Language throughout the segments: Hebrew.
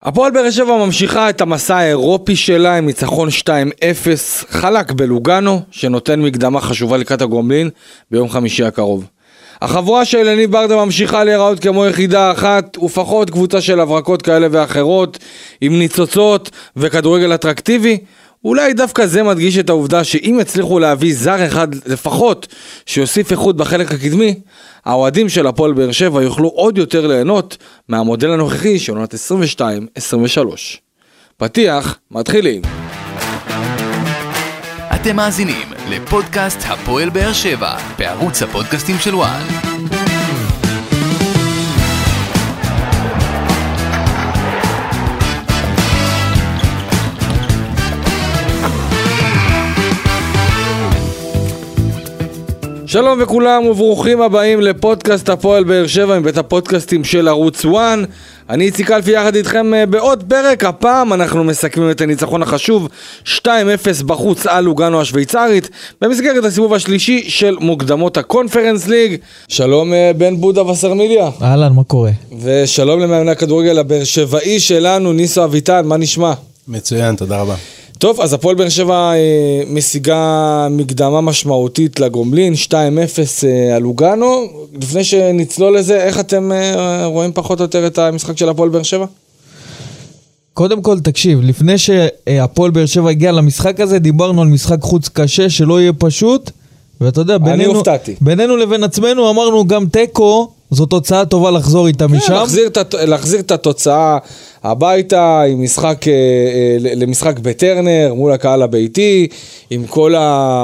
הפועל באר שבע ממשיכה את המסע האירופי שלה עם ניצחון 2-0 חלק בלוגאנו, שנותן מקדמה חשובה לקראת הגומלין ביום חמישי הקרוב. החבורה של יניב ברדה ממשיכה להיראות כמו יחידה אחת, ופחות קבוצה של הברקות כאלה ואחרות, עם ניצוצות וכדורגל אטרקטיבי. אולי דווקא זה מדגיש את העובדה שאם יצליחו להביא זר אחד לפחות שיוסיף איכות בחלק הקדמי, האוהדים של הפועל באר שבע יוכלו עוד יותר ליהנות מהמודל הנוכחי של עונת 22-23. פתיח, מתחילים. אתם מאזינים לפודקאסט הפועל באר שבע בערוץ הפודקאסטים של וואן. שלום וכולם וברוכים הבאים לפודקאסט הפועל באר שבע מבית הפודקאסטים של ערוץ וואן. אני איציק אלפי יחד איתכם בעוד פרק. הפעם אנחנו מסכמים את הניצחון החשוב 2-0 בחוץ על לוגאנו השוויצרית במסגרת הסיבוב השלישי של מוקדמות הקונפרנס ליג. שלום בן בודה וסרמיליה. אהלן, מה קורה? ושלום למאמן הכדורגל הבאר שבעי שלנו ניסו אביטן, מה נשמע? מצוין, תודה רבה. טוב, אז הפועל באר שבע משיגה מקדמה משמעותית לגומלין, 2-0 על לוגאנו. לפני שנצלול לזה, איך אתם רואים פחות או יותר את המשחק של הפועל באר שבע? קודם כל, תקשיב, לפני שהפועל באר שבע הגיע למשחק הזה, דיברנו על משחק חוץ קשה שלא יהיה פשוט, ואתה יודע, בינינו לבין עצמנו אמרנו גם טקו, זו תוצאה טובה לחזור איתה משם. להחזיר את התוצאה הביתה עם משחק, למשחק בטרנר מול הקהל הביתי, עם כל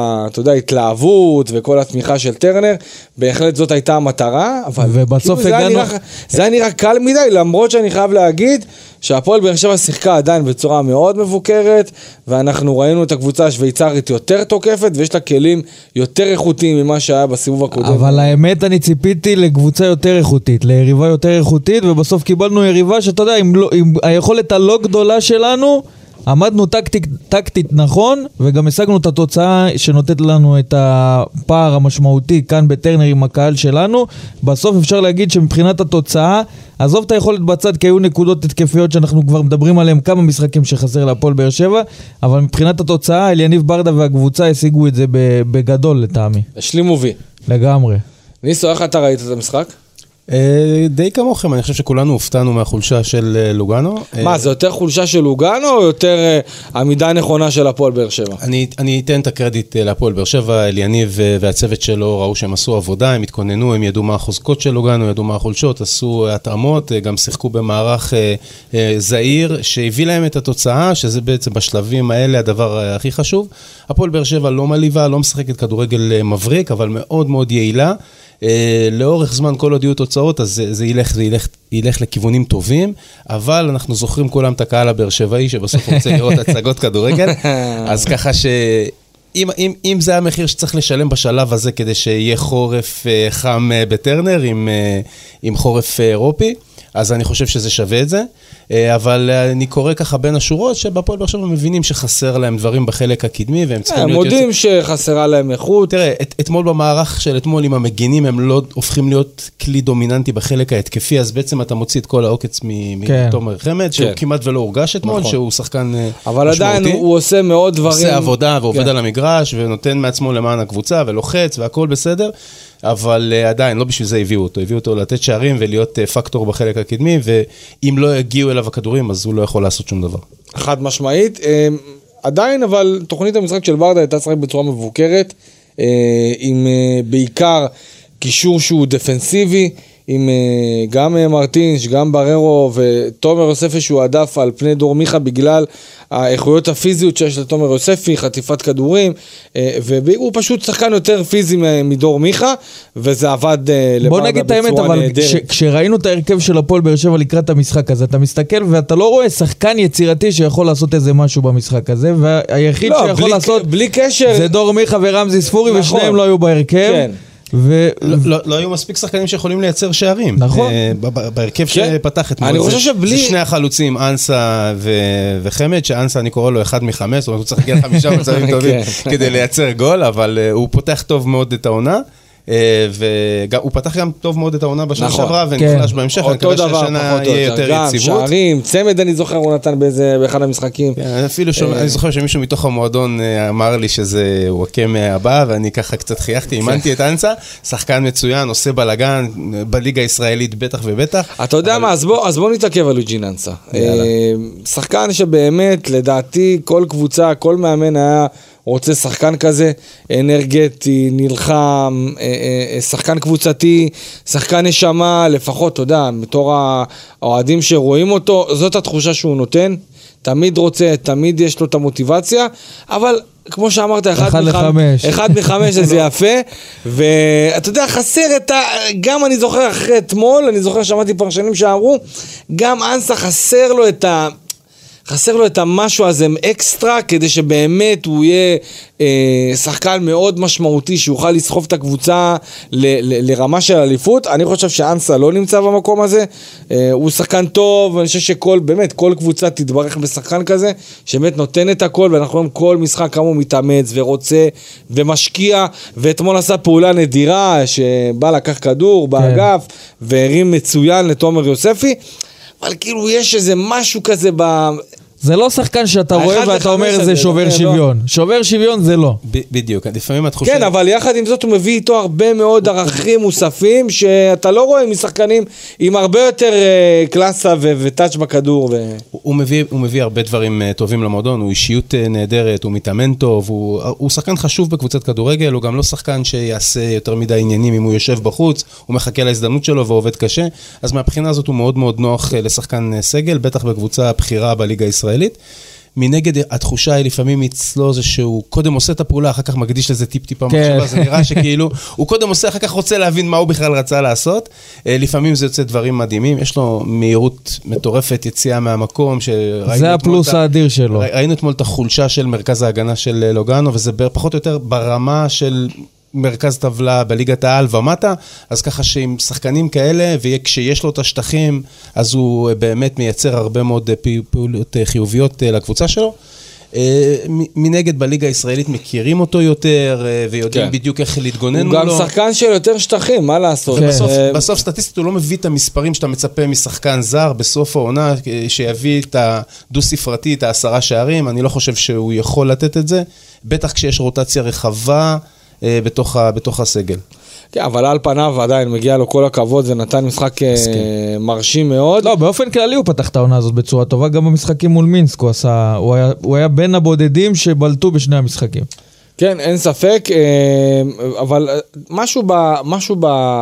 התלהבות וכל התמיכה של טרנר. בהחלט זאת הייתה המטרה, אבל ובסוף זה היה נראה קל מדי, למרות שאני חייב להגיד שהפועל באר שבע שיחקה עדיין בצורה מאוד מבוקרת, ואנחנו ראינו את הקבוצה השוויצרית יותר תוקפת, ויש לה כלים יותר איכותיים ממה שהיה בסיבוב הקודם. אבל האמת אני ציפיתי לקבוצה יותר איכותית, ליריבה יותר איכותית, ובסוף קיבלנו יריבה שאתה יודע, עם היכולת הלא גדולה שלנו, עמדנו טקטית נכון, וגם השגנו את התוצאה שנותנת לנו את הפער המשמעותי כאן בטרנר עם הקהל שלנו. בסוף אפשר להגיד שמבחינת התוצאה, עזוב את היכולת בצד, כי היו נקודות התקפיות שאנחנו כבר מדברים עליהם, כמה משחקים שחסר להפועל באר שבע, אבל מבחינת התוצאה, יניב ברדה והקבוצה השיגו את זה בגדול לטעמי. השלימו וי. לגמרי. ניסו, איך אתה ראית את המשחק? די כמוכם, אני חושב שכולנו הופתענו מהחולשה של לוגאנו. מה, זה יותר חולשה של לוגאנו או יותר עמידה נכונה של הפועל באר שבע? אני אתן את הקרדיט להפועל באר שבע, יניב והצוות שלו ראו שהם עשו עבודה, הם התכוננו, הם ידעו מה החוזקות של לוגאנו, ידעו מה החולשות, עשו התאמות, גם שיחקו במערך זהיר שהביא להם את התוצאה, שזה בעצם בשלבים האלה הדבר הכי חשוב. הפועל באר שבע לא מליבה, לא משחקת כדורגל מבריק, אבל מאוד מאוד יעילה. לאורך זמן כל עוד יהיו תוצאות, אז זה ילך לכיוונים טובים, אבל אנחנו זוכרים כולם את הקהל הבאר שבעי שבסוף רוצה לראות הצגות כדורגל, אז ככה שאם זה המחיר שצריך לשלם בשלב הזה כדי שיהיה חורף חם בטרנר עם חורף אירופי, אז אני חושב שזה שווה את זה, אבל אני קורא ככה בין השורות שבפועל באר שבע מבינים שחסר להם דברים בחלק הקדמי, והם צריכים להיות... הם מודים שחסרה להם איכות. תראה, אתמול במערך של אתמול עם המגינים, הם לא הופכים להיות כלי דומיננטי בחלק ההתקפי, אז בעצם אתה מוציא את כל העוקץ מתומר חמד, שהוא כמעט ולא הורגש אתמול, שהוא שחקן משמעותי. אבל עדיין הוא עושה מאוד דברים... עושה עבודה ועובד על המגרש, ונותן מעצמו למען הקבוצה, ולוחץ, והכל בסדר. אבל עדיין, לא בשביל זה הביאו אותו לתת שערים ולהיות פקטור בחלק הקדמי, ואם לא יגיעו אליו הכדורים, אז הוא לא יכול לעשות שום דבר. חד משמעית, עדיין, אבל תוכנית המשחק של ברדה הייתה שחק בצורה מבוקרת, עם בעיקר קישור שהוא דפנסיבי, עם גם מרטינש, גם בררו ותומר יוספי שהוא עדף על פני דור מיכה בגלל האיכויות הפיזיות שיש לתומר יוספי, חטיפת כדורים, והוא פשוט שחקן יותר פיזי מדור מיכה, וזה עבד בוא נגיד את האמת, אבל כשראינו את ההרכב של הפועל באר שבע לקראת המשחק הזה, אתה מסתכל ואתה לא רואה שחקן יצירתי שיכול לעשות איזה משהו במשחק הזה, והיחיד שיכול לעשות בלי קשר זה דור מיכה ורמזי ספורי, ושניהם לא היו בהרכב. כן. לא היו מספיק שחקנים שיכולים לייצר שערים. נכון. בהרכב שפתח אתמול. אני חושב שבלי... זה שני החלוצים, אנסה וחמד, שאנסה אני קורא לו 1 מ-5, זאת אומרת, הוא צריך להגיע 5 מצבים טובים כדי לייצר גול, אבל הוא פותח טוב מאוד את העונה. והוא פתח גם טוב מאוד את העונה בשנה נכון. שעברה, ונחלש בהמשך, אני מקווה שהשנה יהיה יותר יציבות. גם שערים, צמד אני זוכר, הוא נתן באחד המשחקים. אפילו אני זוכר שמישהו מתוך המועדון אמר לי שזה וואקם הבא, ואני ככה קצת חייכתי, אימנתי את אנסה, שחקן מצוין, עושה בלגן, בליגה הישראלית בטח ובטח. אתה יודע מה, אז בוא נתעכב על יוג'ין אנסה. שחקן שבאמת, לדעתי, כל קבוצה, כל מאמן היה רוצה שחקן כזה, אנרגטי, נלחם, שחקן קבוצתי, שחקן נשמה, לפחות, אתה יודע, בתור האוהדים שרואים אותו, זאת התחושה שהוא נותן, תמיד רוצה, תמיד יש לו את המוטיבציה, אבל כמו שאמרת, אחד מחמש זה יפה, ואתה יודע, חסר גם אני זוכר אחרי אתמול, אני זוכר שמעתי פרשנים שאמרו, גם אנסה חסר לו את המשהו הזה אקסטרה, כדי שבאמת הוא יהיה שחקן מאוד משמעותי, שיוכל לסחוב את הקבוצה לרמה של אליפות. אני חושב שאנסה לא נמצא במקום הזה, הוא שחקן טוב, ואני חושב באמת כל קבוצה תתברך בשחקן כזה, שבאמת נותן את הכל, ואנחנו רואים כל משחק כמה הוא מתאמץ ורוצה ומשקיע, ואתמול עשה פעולה נדירה, שבא לקח כדור באגף, והרים מצוין לתומר יוספי, אבל כאילו יש איזה משהו כזה זה לא שחקן שאתה רואה ואתה אומר זה שובר שוויון. שובר שוויון זה לא. בדיוק, לפעמים את חושבת... כן, אבל יחד עם זאת הוא מביא איתו הרבה מאוד ערכים מוספים שאתה לא רואה משחקנים עם הרבה יותר קלאסה וטאץ' בכדור. הוא מביא הרבה דברים טובים למועדון, הוא אישיות נהדרת, הוא מתאמן טוב, הוא שחקן חשוב בקבוצת כדורגל, הוא גם לא שחקן שיעשה יותר מדי עניינים אם הוא יושב בחוץ, הוא מחכה להזדמנות שלו ועובד קשה, אז מהבחינה הזאת הוא מאוד מאוד נוח לשחקן סגל, בטח בקבוצה הבחירה בליגה הישראלית. מנגד, התחושה היא לפעמים אצלו זה שהוא קודם עושה את הפעולה, אחר כך מקדיש לזה טיפ-טיפה מחשבה, זה נראה שכאילו, הוא קודם עושה, אחר כך רוצה להבין מה הוא בכלל רצה לעשות, לפעמים זה יוצא דברים מדהימים, יש לו מהירות מטורפת, יציאה מהמקום, זה הפלוס האדיר שלו. ראינו אתמול את החולשה של מרכז ההגנה של לוגאנו, וזה פחות או יותר ברמה של מרכז טבלה בליגת העל ומטה, אז ככה שעם שחקנים כאלה, וכשיש לו את השטחים, אז הוא באמת מייצר הרבה מאוד פעולות חיוביות לקבוצה שלו. מנגד בליגה הישראלית מכירים אותו יותר, ויודעים בדיוק איך להתגונן מולו. הוא גם שחקן של יותר שטחים, מה לעשות? בסוף סטטיסטית הוא לא מביא את המספרים שאתה מצפה משחקן זר, בסוף העונה שיביא את הדו-ספרתי, את 10 שערים, אני לא חושב שהוא יכול לתת את זה, בטח כשיש רוטציה רחבה, בתוך הסגל. כן, אבל על פניו עדיין מגיע לו כל הכבוד, זה נתן משחק מרשים מאוד. לא, באופן כללי הוא פתח את העונה הזאת בצורה טובה, גם במשחקים מול מינסק הוא היה בין הבודדים שבלטו בשני המשחקים. כן, אין ספק, אבל משהו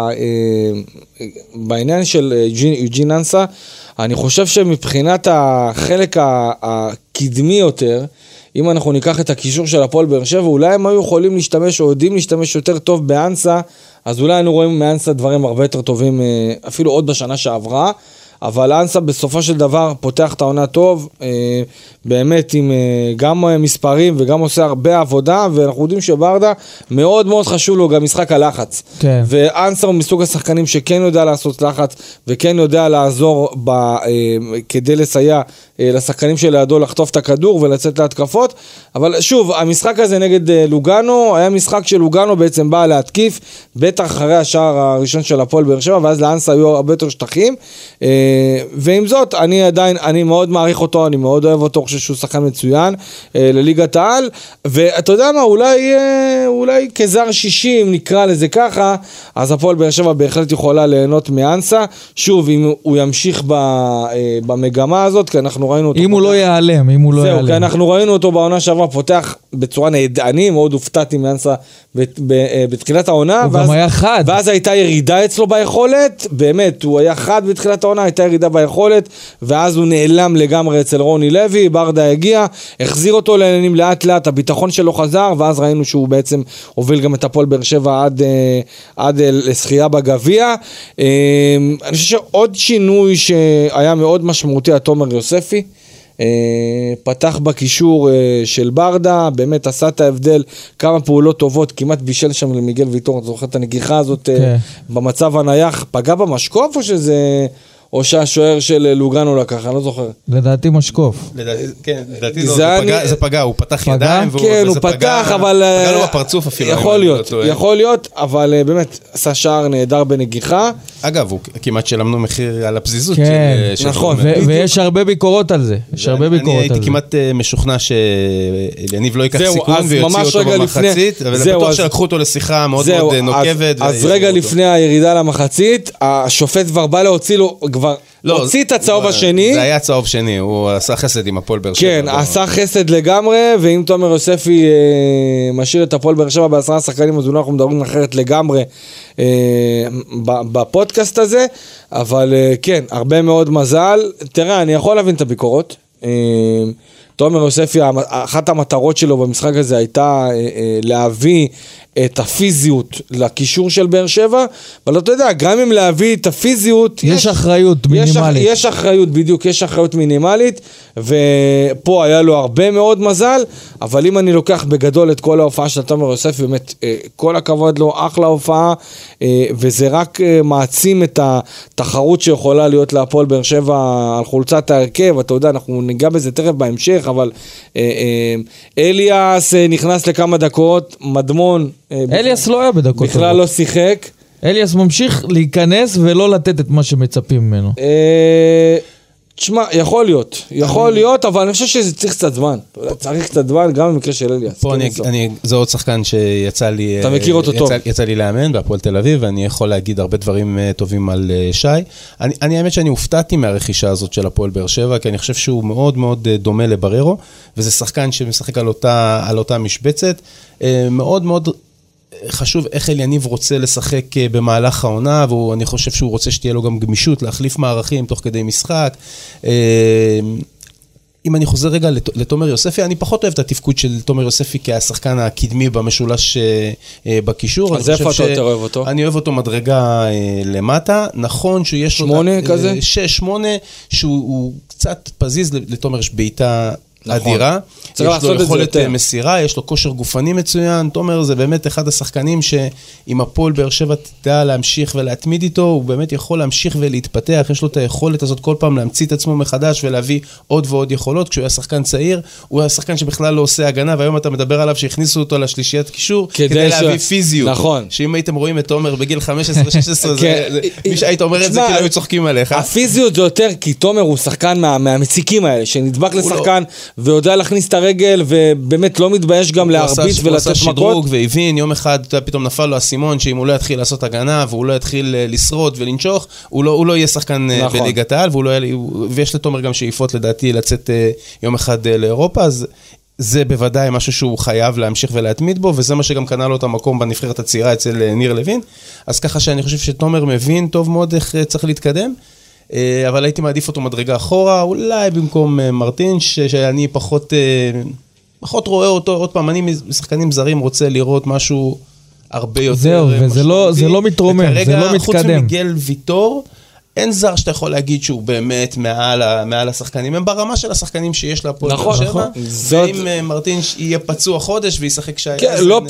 בעניין של יוג'ין אנסה, אני חושב שמבחינת החלק הקדמי יותר, אם אנחנו ניקח את הקישור של הפועל באר שבע, אולי הם היו יכולים להשתמש או יודעים להשתמש יותר טוב באנסה, אז אולי אנו רואים מאנסה דברים הרבה יותר טובים, אפילו עוד בשנה שעברה, אבל אנסה בסופו של דבר פותח את העונה טוב, באמת עם גם מספרים וגם עושה הרבה עבודה, ואנחנו יודעים שברדה מאוד מאוד חשוב לו גם משחק הלחץ. כן. ואנסה הוא מסוג השחקנים שכן יודע לעשות לחץ, וכן יודע לעזור כדי לסייע לשחקנים שלידו לחטוף את הכדור ולצאת להתקפות, אבל שוב, המשחק הזה נגד לוגאנו, היה משחק של לוגאנו בעצם בא להתקיף, בטח אחרי השער הראשון של הפועל באר שבע, ואז לאנסה היו הרבה יותר שטחים, ועם זאת, אני מאוד מעריך אותו, אני מאוד אוהב אותו, חושב שהוא שחקן מצוין לליגת העל, ואתה יודע מה, אולי כזר 60 נקרא לזה ככה, אז הפועל באר שבע בהחלט יכולה ליהנות מאנסה, שוב, אם הוא ימשיך במגמה הזאת, כי אנחנו ראינו אותו... אם הוא לא ייעלם, זהו, כי אנחנו ראינו אותו בעונה שעברה פותח בצורה נהדרנית, מאוד הופתעתי מאנסה בתחילת העונה, הוא גם היה חד. ואז הייתה ירידה אצלו ביכולת, באמת, הוא היה חד בתחילת העונה, הייתה ירידה ביכולת, ואז הוא נעלם לגמרי אצל רוני לוי, ברדה הגיע, החזיר אותו לעניינים לאט לאט, הביטחון שלו חזר, ואז ראינו שהוא בעצם הוביל גם את הפועל באר שבע עד לשחייה בגביע. אני חושב שעוד שינוי שהיה מאוד משמעותי, תומר יוספי, פתח בקישור של ברדה, באמת עשה את ההבדל, כמה פעולות טובות, כמעט בישל שם למיגל ויטור, אתה זוכר את הנגיחה הזאת במצב הנייח, פגע במשקוף או שהשוער של לוגנו לקח, אני לא זוכר. לדעתי משקוף. כן, לדעתי זה פגע, הוא פתח ידיים, כן, הוא פתח, אבל... פגע לו בפרצוף אפילו. יכול להיות, אבל באמת עשה שער נהדר בנגיחה. אגב, הוא כמעט שלמנו מחיר על הפזיזות. כן, נכון, ויש הרבה ביקורות על זה. אני הייתי כמעט משוכנע שיניב לא ייקח סיכון ויוציא אותו במחצית, אבל בטוח שלקחו אותו לשיחה מאוד מאוד נוקבת. אז רגע לפני הירידה למחצית, השופט כבר בא להוציא לו, כבר הוציא את הצהוב השני. זה היה צהוב שני, הוא עשה חסד עם הפועל באר שבע. כן, עשה חסד לגמרי, ואם תומר יוספי משאיר את הפועל באר שבע ב10 שחקנים, אז אולי אנחנו מדברים אחרת לגמרי בפודקאסט הזה, אבל כן, הרבה מאוד מזל. תראה, אני יכול להבין את הביקורות. תומר יוספי, אחת המטרות שלו במשחק הזה הייתה להביא את הפיזיות לקישור של באר שבע, אבל אתה יודע, גם אם להביא את הפיזיות, יש אחריות מינימלית. יש אחריות, בדיוק, יש אחריות מינימלית, ופה היה לו הרבה מאוד מזל, אבל אם אני לוקח בגדול את כל ההופעה של תומר יוספי, באמת, כל הכבוד לו, אחלה הופעה, וזה רק מעצים את התחרות שיכולה להיות להפועל באר שבע על חולצת ההרכב, אתה יודע, אנחנו ניגע בזה תכף בהמשך, אבל אליאס נכנס לכמה דקות, מדמון, אליאס לא היה בדקות. בכלל לא שיחק. אליאס ממשיך להיכנס ולא לתת את מה שמצפים ממנו. תשמע, יכול להיות, אבל אני חושב שזה צריך קצת זמן. צריך קצת זמן, גם במקרה של אליאס. פה זה עוד שחקן שיצא לי... אתה מכיר אותו טוב. יצא לי לאמן בהפועל תל אביב, ואני יכול להגיד הרבה דברים טובים על שי. אני האמת שאני הופתעתי מהרכישה הזאת של הפועל באר שבע, כי אני חושב שהוא מאוד מאוד דומה לבררו, וזה שחקן שמשחק על אותה משבצת. מאוד מאוד חשוב איך אליניב רוצה לשחק במהלך העונה, ואני חושב שהוא רוצה שתהיה לו גם גמישות, להחליף מערכים תוך כדי משחק. אם אני חוזר רגע לתומר יוספי, אני פחות אוהב את התפקוד של תומר יוספי כהשחקן הקדמי במשולש בקישור. אז איפה אתה יותר אוהב אותו? אני אוהב אותו מדרגה למטה. נכון שיש לו... 8 כזה? 6-8, שהוא קצת פזיז לתומר יש בעיטה... אדירה, יש לו יכולת מסירה, יש לו כושר גופני מצוין, תומר זה באמת אחד השחקנים שאם הפועל באר שבע תדע להמשיך ולהתמיד איתו, הוא באמת יכול להמשיך ולהתפתח, יש לו את היכולת הזאת כל פעם להמציא את עצמו מחדש ולהביא עוד ועוד יכולות, כשהוא היה שחקן צעיר, הוא היה שחקן שבכלל לא עושה הגנה, והיום אתה מדבר עליו שהכניסו אותו לשלישיית קישור, כדי להביא פיזיות. נכון. שאם הייתם רואים את תומר בגיל 15-16, מי שהיית אומר את זה, כאילו היו צוחקים עליך. הפיזיות זה יותר כי תומר הוא שחקן מהמציקים האלה, שנדבק לשחקן ויודע להכניס את הרגל, ובאמת לא מתבייש גם להרביץ ולתת מכות. הוא עשה שדרוג והבין, יום אחד פתאום נפל לו הסימון, שאם הוא לא יתחיל לעשות הגנה, והוא לא יתחיל לשרוד ולנשוך, הוא לא יהיה שחקן בליגת העל, ויש לתומר גם שאיפות לדעתי לצאת יום אחד לאירופה, אז זה בוודאי משהו שהוא חייב להמשיך ולהתמיד בו, וזה מה שגם קנה לו את המקום בנבחרת הצעירה אצל ניר לוין, אז ככה שאני חושב שתומר מבין טוב מאוד איך צריך להתקדם, אבל הייתי מעדיף אותו מדרגה אחורה, אולי במקום מרטין, שאני פחות רואה אותו, עוד פעם, אני משחקנים זרים רוצה לראות משהו הרבה יותר... זהו, וזה לא מתרומם, זה לא מתקדם. חוץ ממיגל ויטור, אין זר שאתה יכול להגיד שהוא באמת מעל השחקנים, הם ברמה של השחקנים שיש לה פה. נכון, נכון. ואם מרטין יהיה פצוע חודש וישחק שי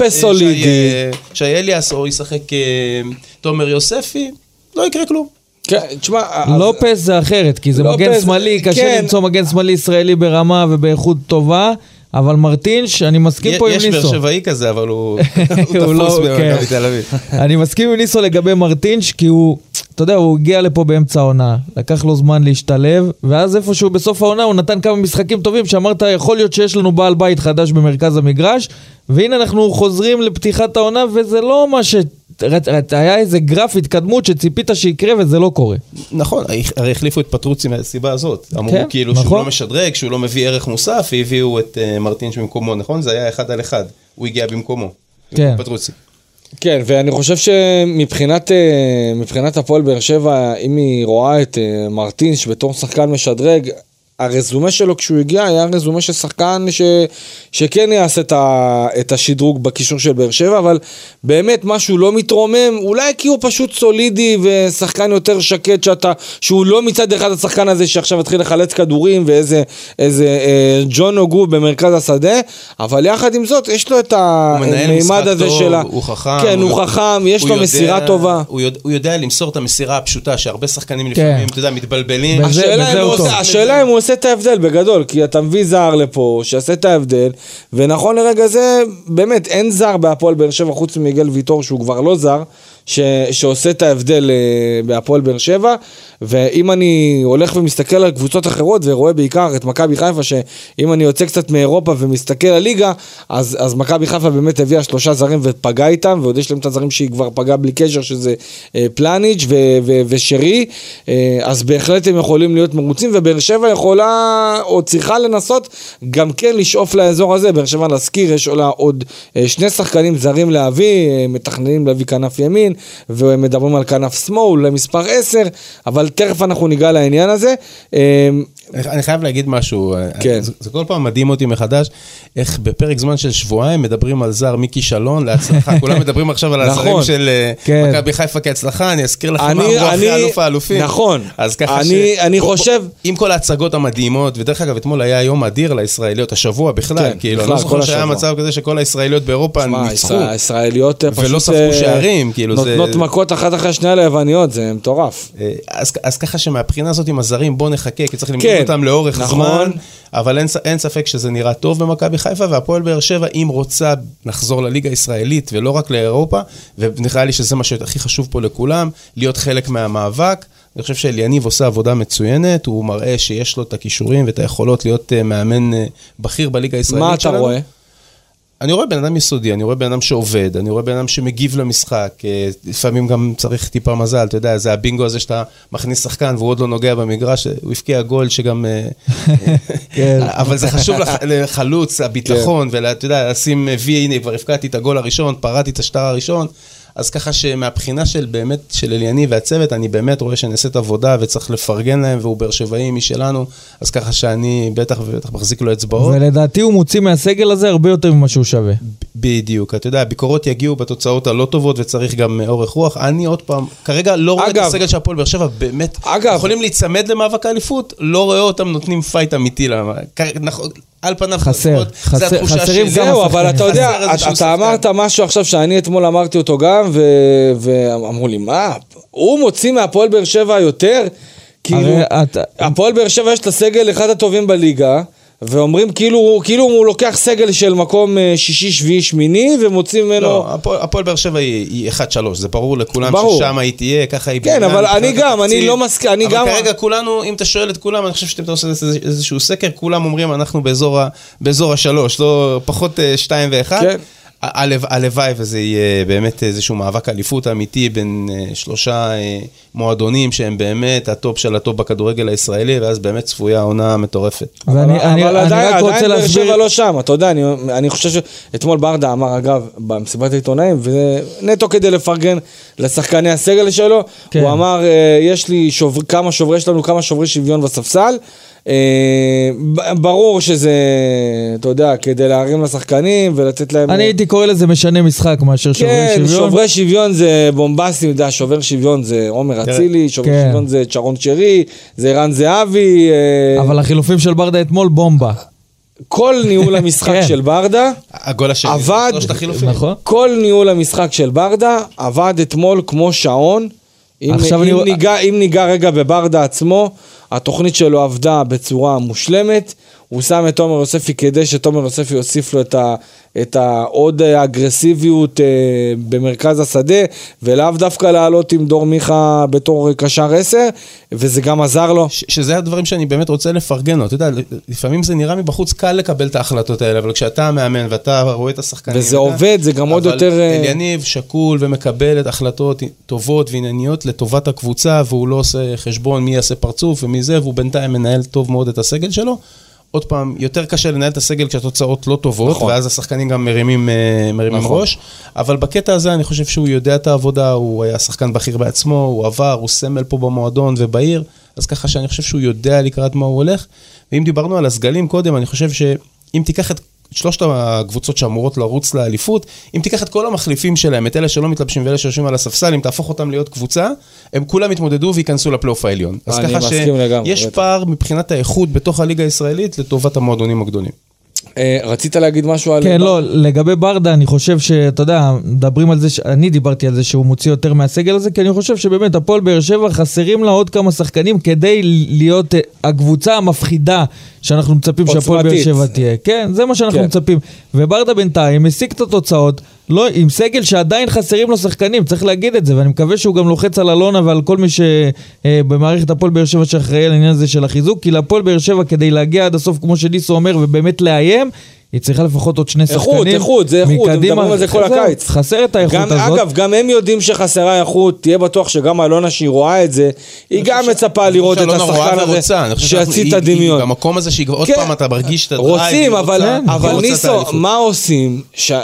אליאס, או ישחק תומר יוספי, לא יקרה כלום. לופס זה אחרת, כי זה מגן שמאלי, קשה למצוא מגן שמאלי ישראלי ברמה ובאיכות טובה, אבל מרטינש, אני מסכים פה עם ניסו. יש באר שבעי כזה, אבל הוא תפוס במכבי תל אביב. אני מסכים עם ניסו לגבי מרטינש, כי הוא, אתה יודע, הוא הגיע לפה באמצע העונה, לקח לו זמן להשתלב, ואז איפשהו בסוף העונה הוא נתן כמה משחקים טובים, שאמרת, יכול להיות שיש לנו בעל בית חדש במרכז המגרש, והנה אנחנו חוזרים לפתיחת העונה, וזה לא מה היה איזה גרף התקדמות שציפית שיקרה וזה לא קורה. נכון, הרי החליפו את פטרוצי מהסיבה הזאת. אמרו כאילו שהוא לא משדרג, שהוא לא מביא ערך מוסף, והביאו את מרטינש במקומו, נכון? זה היה 1 על 1. הוא הגיע במקומו. פטרוצי. כן, ואני חושב שמבחינת הפועל באר שבע, אם היא רואה את מרטינש בתור שחקן משדרג, הרזומה שלו כשהוא הגיע היה רזומה של שחקן שכן יעשה את השדרוג בקישור של באר שבע, אבל באמת משהו לא מתרומם, אולי כי הוא פשוט סולידי ושחקן יותר שקט שהוא לא מצד אחד השחקן הזה שעכשיו התחיל לחלץ כדורים ואיזה ג'ון אוגו במרכז השדה, אבל יחד עם זאת יש לו את המימד הזה שלה. הוא חכם. כן, הוא חכם, יש לו מסירה טובה. הוא יודע למסור את המסירה הפשוטה שהרבה שחקנים לפעמים, אתה יודע, מתבלבלים. השאלה אם הוא עושה את ההבדל בגדול, כי אתה מביא זר לפה, שעשה את ההבדל, ונכון לרגע זה, באמת, אין זר בהפועל באר שבע, חוץ מיגל ויטור, שהוא כבר לא זר, שעושה את ההבדל בהפועל באר שבע, ואם אני הולך ומסתכל על קבוצות אחרות, ורואה בעיקר את מכבי חיפה, שאם אני יוצא קצת מאירופה ומסתכל על ליגה, אז מכבי חיפה באמת הביאה 3 זרים ופגע איתם, ועוד יש להם את הזרים שהיא כבר פגעה בלי קשר, שזה פלניץ' ושרי, אז בהחלט הם יכולים להיות מרוצים, ובאר שבע יכולה, או צריכה לנסות, גם כן לשאוף לאזור הזה. באר שבע להזכיר, יש עוד 2 שחקנים זרים להביא, מתכננים להביא כנף ימין, ומדברים על כנף שמאל למספר 10, אבל תכף אנחנו ניגע לעניין הזה. אני חייב להגיד משהו, כן. זה כל פעם מדהים אותי מחדש, איך בפרק זמן של שבועיים מדברים על זר מכישלון להצלחה, כולם מדברים עכשיו על הזרים של מכבי חיפה כהצלחה, אני אזכיר לכם מה אמרו אחרי אלוף האלופים. נכון, אז ככה אני חושב... עם כל ההצגות המדהימות, ודרך אגב אתמול היה יום אדיר לישראליות, השבוע בכלל, כאילו, אני לא זוכר שהיה מצב כזה שכל הישראליות באירופה ניצחו, ולא ספקו שערים, כאילו זה... נותנות מכות אחת אחרי שנייה ליווניות, זה מטורף. אז ככה שמהבחינה הזאת עם הזרים, בוא נחכה, כי צריך למכור אותם לאורך זמן, אבל אין ספק שזה נראה טוב במכבי חיפה, והפועל באר שבע, אם רוצה לחזור לליגה הישראלית, ולא רק לאירופה, ונראה לי שזה מה שהכי חשוב פה לכולם, להיות חלק מהמאבק. אני חושב שאליניב עושה עבודה מצוינת, הוא מראה שיש לו את הכישורים ואת היכולות להיות מאמן בכיר בליגה הישראלית שלנו. מה אתה רואה? אני רואה בן אדם יסודי, אני רואה בן אדם שעובד, אני רואה בן אדם שמגיב למשחק, לפעמים גם צריך טיפה מזל, אתה יודע, זה הבינגו הזה שאתה מכניס שחקן והוא עוד לא נוגע במגרש, הוא הפקיע גול שגם... אבל זה חשוב לחלוץ, הביטחון, ואתה יודע, לשים וי, הנה, כבר הפקעתי את הגול הראשון, פרעתי את השטר הראשון, אז ככה שמהבחינה של באמת, של אליניב והצוות, אני באמת רואה שנעשית עבודה וצריך לפרגן להם, והוא באר שבעי משלנו, אז ככה שאני בטח ובטח מחזיק לו אצבעות. ולדעתי הוא מוציא מהסגל הזה הרבה יותר ממה שהוא שווה. בדיוק, אתה יודע, הביקורות יגיעו בתוצאות הלא טובות, וצריך גם אורך רוח. אני עוד פעם, כרגע לא רואה את הסגל של הפועל באר שבע, באמת, יכולים להיצמד למאבק האליפות, לא רואה אותם נותנים פייט אמיתי, על פניו חסרים זהו, אבל אתה יודע, אתה אמרת משהו עכשיו שאני אתמול אמרתי אותו גם, ואמרו לי, מה? הוא מוציא מהפועל באר שבע יותר? כאילו, הפועל באר שבע יש את הסגל אחד הטובים בליגה, ואומרים כאילו הוא לוקח סגל של מקום 6, 7, 8 ומוציא ממנו... לא, הפועל באר שבע היא 1-3, זה ברור לכולם ששם היא תהיה, ככה היא... כן, אבל אני לא מסכים, אני גם... אבל כרגע כולנו, אם אתה שואל את כולם, אני חושב שאתם עושים איזשהו סקר, כולם אומרים אנחנו באזור 3, לא פחות 2 ו-1. כן. הלוואי וזה יהיה באמת איזשהו מאבק אליפות אמיתי בין 3 מועדונים שהם באמת הטופ של הטופ בכדורגל הישראלי, ואז באמת צפויה עונה מטורפת. אבל עדיין באר שבע לא שם, אתה יודע, אני חושב שאתמול ברדה אמר אגב במסיבת העיתונאים, ונטו כדי לפרגן לשחקני הסגל שלו, הוא אמר יש לי כמה שוברי שוויון בספסל, ברור שזה, אתה יודע, כדי להרים לשחקנים ולתת להם... אני הייתי קורא לזה משנה משחק מאשר שוברי שוויון. כן, שוברי שוויון זה בומבסטי, אתה יודע, שובר שוויון זה עומר אצילי, שובר שוויון זה צ'רון שרי, זה ערן זהבי. אבל החילופים של ברדה אתמול בומבה. כל ניהול המשחק של ברדה עבד, כל ניהול המשחק של ברדה עבד אתמול כמו שעון. אם ניגע רגע בברדה עצמו, התוכנית שלו עבדה בצורה מושלמת, הוא שם את תומר יוספי כדי שתומר יוספי יוסיף לו את העוד אגרסיביות במרכז השדה, ולאו דווקא לעלות עם דור מיכה בתור קשר 10, וזה גם עזר לו. שזה הדברים שאני באמת רוצה לפרגן לו, אתה יודע, לפעמים זה נראה מבחוץ קל לקבל את ההחלטות האלה, אבל כשאתה מאמן ואתה רואה את השחקנים, וזה עובד, זה גם עוד יותר... אבל אליניב שקול ומקבל את החלטות טובות וענייניות לטובת הקבוצה, והוא לא עושה חשבון מי יעשה פרצוף ומי זה, והוא בינתיים מנהל טוב מאוד את הסגל שלו. עוד פעם, יותר קשה לנהל את הסגל כשהתוצאות לא טובות, נכון. ואז השחקנים גם מרימים נכון. ראש, אבל בקטע הזה אני חושב שהוא יודע את העבודה, הוא היה שחקן בכיר בעצמו, הוא עבר, הוא סמל פה במועדון ובעיר, אז ככה שאני חושב שהוא יודע לקראת מה הוא הולך, ואם דיברנו על הסגלים קודם, אני חושב שאם תיקח את שלושת הקבוצות שאמורות לרוץ לאליפות, אם תיקח את כל המחליפים שלהם, את אלה שלא מתלבשים ואלה שיושבים על הספסל, אם תהפוך אותם להיות קבוצה, הם כולם יתמודדו וייכנסו לפלייאוף העליון. אז ככה שיש פער מבחינת האיכות בתוך הליגה הישראלית לטובת המועדונים הגדולים. רצית להגיד משהו על... כן, לא, לגבי ברדה, אני חושב שאתה יודע, מדברים על זה, אני דיברתי על זה שהוא מוציא יותר מהסגל הזה, כי אני חושב שבאמת הפועל באר שבע חסרים לה עוד כמה שחקנים כדי להיות הקבוצה המפחידה שאנחנו מצפים שהפועל באר שבע תהיה. כן, זה מה שאנחנו מצפים. וברדה בינתיים משיג את התוצאות, לא, עם סגל שעדיין חסרים לו שחקנים, צריך להגיד את זה, ואני מקווה שהוא גם לוחץ על אלונה ועל כל מי שבמערכת הפועל באר שבע שאחראי על העניין הזה של החיזוק, כי לפועל באר שבע כדי להגיע עד הסוף, כמו שניסו אומר, ובאמת לאיים, היא צריכה לפחות עוד שני שחקנים. איכות, זה איכות, מדברים על זה כל הקיץ. חסר את האיכות הזאת. אגב, גם הם יודעים שחסרה איכות, תהיה בטוח שגם אלונה שהיא רואה את זה, היא גם מצפה לראות את השחקן הזה, שיציא את הדמיון. במקום הזה שעוד פעם אתה מרגיש את הדרייב. רוצים, אבל ניסו, מה עושים?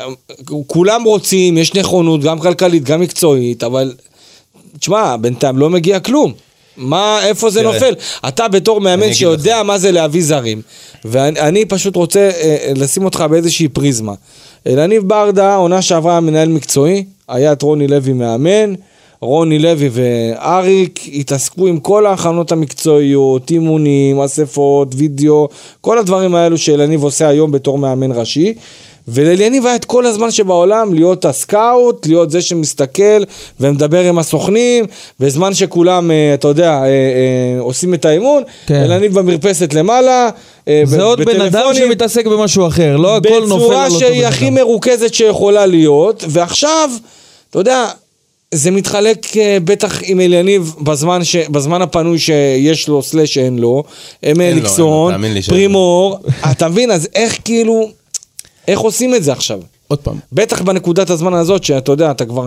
כולם רוצים, יש נכונות, גם כלכלית, גם מקצועית, אבל, תשמע, בינתיים לא מגיע כלום. איפה זה נופל? אתה בתור מאמן שיודע מה זה להביא זרים, ואני פשוט רוצה לשים אותך באיזושהי פריזמה. אלניב ברדה, עונה שעברה מנהל מקצועי, היה את רוני לוי מאמן, רוני לוי ואריק התעסקו עם כל ההכנות המקצועיות, אימונים, אספות, וידאו, כל הדברים האלו שאלניב עושה היום בתור מאמן ראשי, ולאליניב היה את כל הזמן שבעולם להיות הסקאוט, להיות זה שמסתכל ומדבר עם הסוכנים, בזמן שכולם, אתה יודע, עושים את האימון, אליניב במרפסת למעלה, זה עוד בן אדם שמתעסק במשהו אחר, לא הכל נופל על אותו בצורה שהיא הכי מרוכזת שיכולה להיות, ועכשיו, אתה יודע, זה מתחלק בטח עם אליניב בזמן הפנוי שיש לו סלש אין לו, מליקסון, פרימור, אתה מבין, אז איך כאילו... איך עושים את זה עכשיו? עוד פעם. בטח בנקודת הזמן הזאת, שאתה יודע, אתה כבר,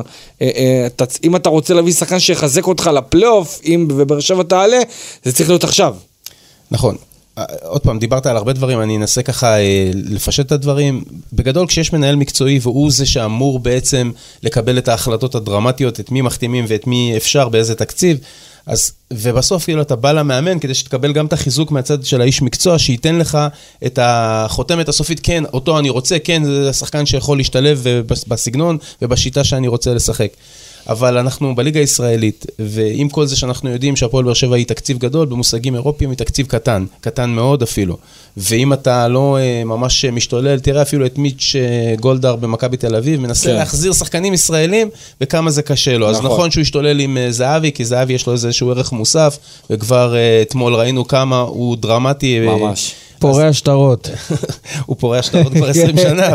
אם אתה רוצה להביא שחקן שיחזק אותך לפלייאוף, אם בבאר שבע תעלה, זה צריך להיות עכשיו. נכון. עוד פעם, דיברת על הרבה דברים, אני אנסה ככה לפשט את הדברים. בגדול, כשיש מנהל מקצועי, והוא זה שאמור בעצם לקבל את ההחלטות הדרמטיות, את מי מחתימים ואת מי אפשר, באיזה תקציב, אז, ובסוף כאילו אתה בא למאמן כדי שתקבל גם את החיזוק מהצד של האיש מקצוע, שייתן לך את החותמת הסופית, כן, אותו אני רוצה, כן, זה השחקן שיכול להשתלב בסגנון ובשיטה שאני רוצה לשחק. אבל אנחנו בליגה הישראלית, ועם כל זה שאנחנו יודעים שהפועל באר שבע היא תקציב גדול, במושגים אירופיים היא תקציב קטן, קטן מאוד אפילו. ואם אתה לא ממש משתולל, תראה אפילו את מיץ' גולדהר במכבי תל אביב, מנסה להחזיר שחקנים ישראלים, וכמה זה קשה לו. אז נכון שהוא השתולל עם זהבי, כי זהבי יש לו איזשהו ערך מוסף, וכבר אתמול ראינו כמה הוא דרמטי. ממש. פורע שטרות. הוא פורע שטרות כבר 20 שנה,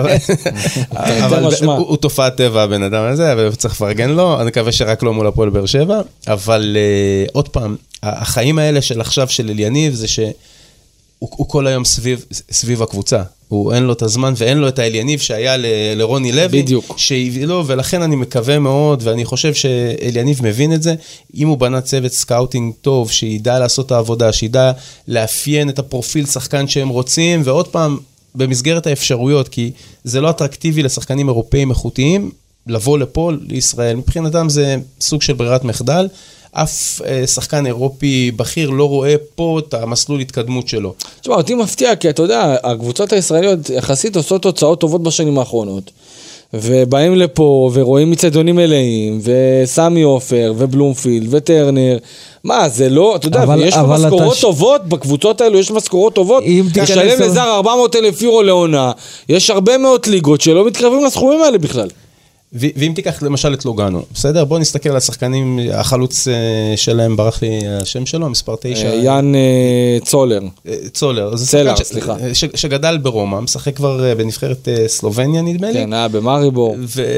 אבל הוא תופעת טבע הבן אדם הזה, וצריך לפרגן לו, אני מקווה שרק לא מול הפועל באר שבע, אבל עוד פעם, החיים האלה של עכשיו של אליניב, זה שהוא כל היום סביב הקבוצה, הוא אין לו את הזמן ואין לו את האליניב שהיה לרוני לוי, שהביא לו, ולכן אני מקווה מאוד, ואני חושב שאליניב מבין את זה, אם הוא בנה צוות סקאוטינג טוב, שידע לעשות את העבודה, שידע לאפיין את הפרופיל שחקן שהם רוצים, ועוד פעם, במסגרת האפשרויות, כי זה לא אטרקטיבי לשחקנים אירופאים איכותיים, לבוא לפה, לישראל, מבחינתם זה סוג של ברירת מחדל, אף שחקן אירופי בכיר לא רואה פה את המסלול התקדמות שלו. תשמע, אותי מפתיע, כי אתה יודע, הקבוצות הישראליות יחסית עושות תוצאות טובות בשנים האחרונות, ובאים לפה ורואים מצעדונים מלאים, וסמי אופר, ובלומפילד, וטרנר, מה, זה לא, אתה יודע, יש פה משכורות טובות, בקבוצות האלו יש משכורות טובות, תשלם לזר 400,000 יורו לעונה, יש הרבה מאוד ליגות שלא מתקרבים לסכומים האלה בכלל. ואם תיקח למשל את לוגנו, בסדר? בוא נסתכל על השחקנים, החלוץ שלהם, ברח לי השם שלו, מספר 9. יאן צולר. צולר. צלר, סליחה. שגדל ברומא, משחק כבר בנבחרת סלובניה, נדמה לי. כן, היה במריבור.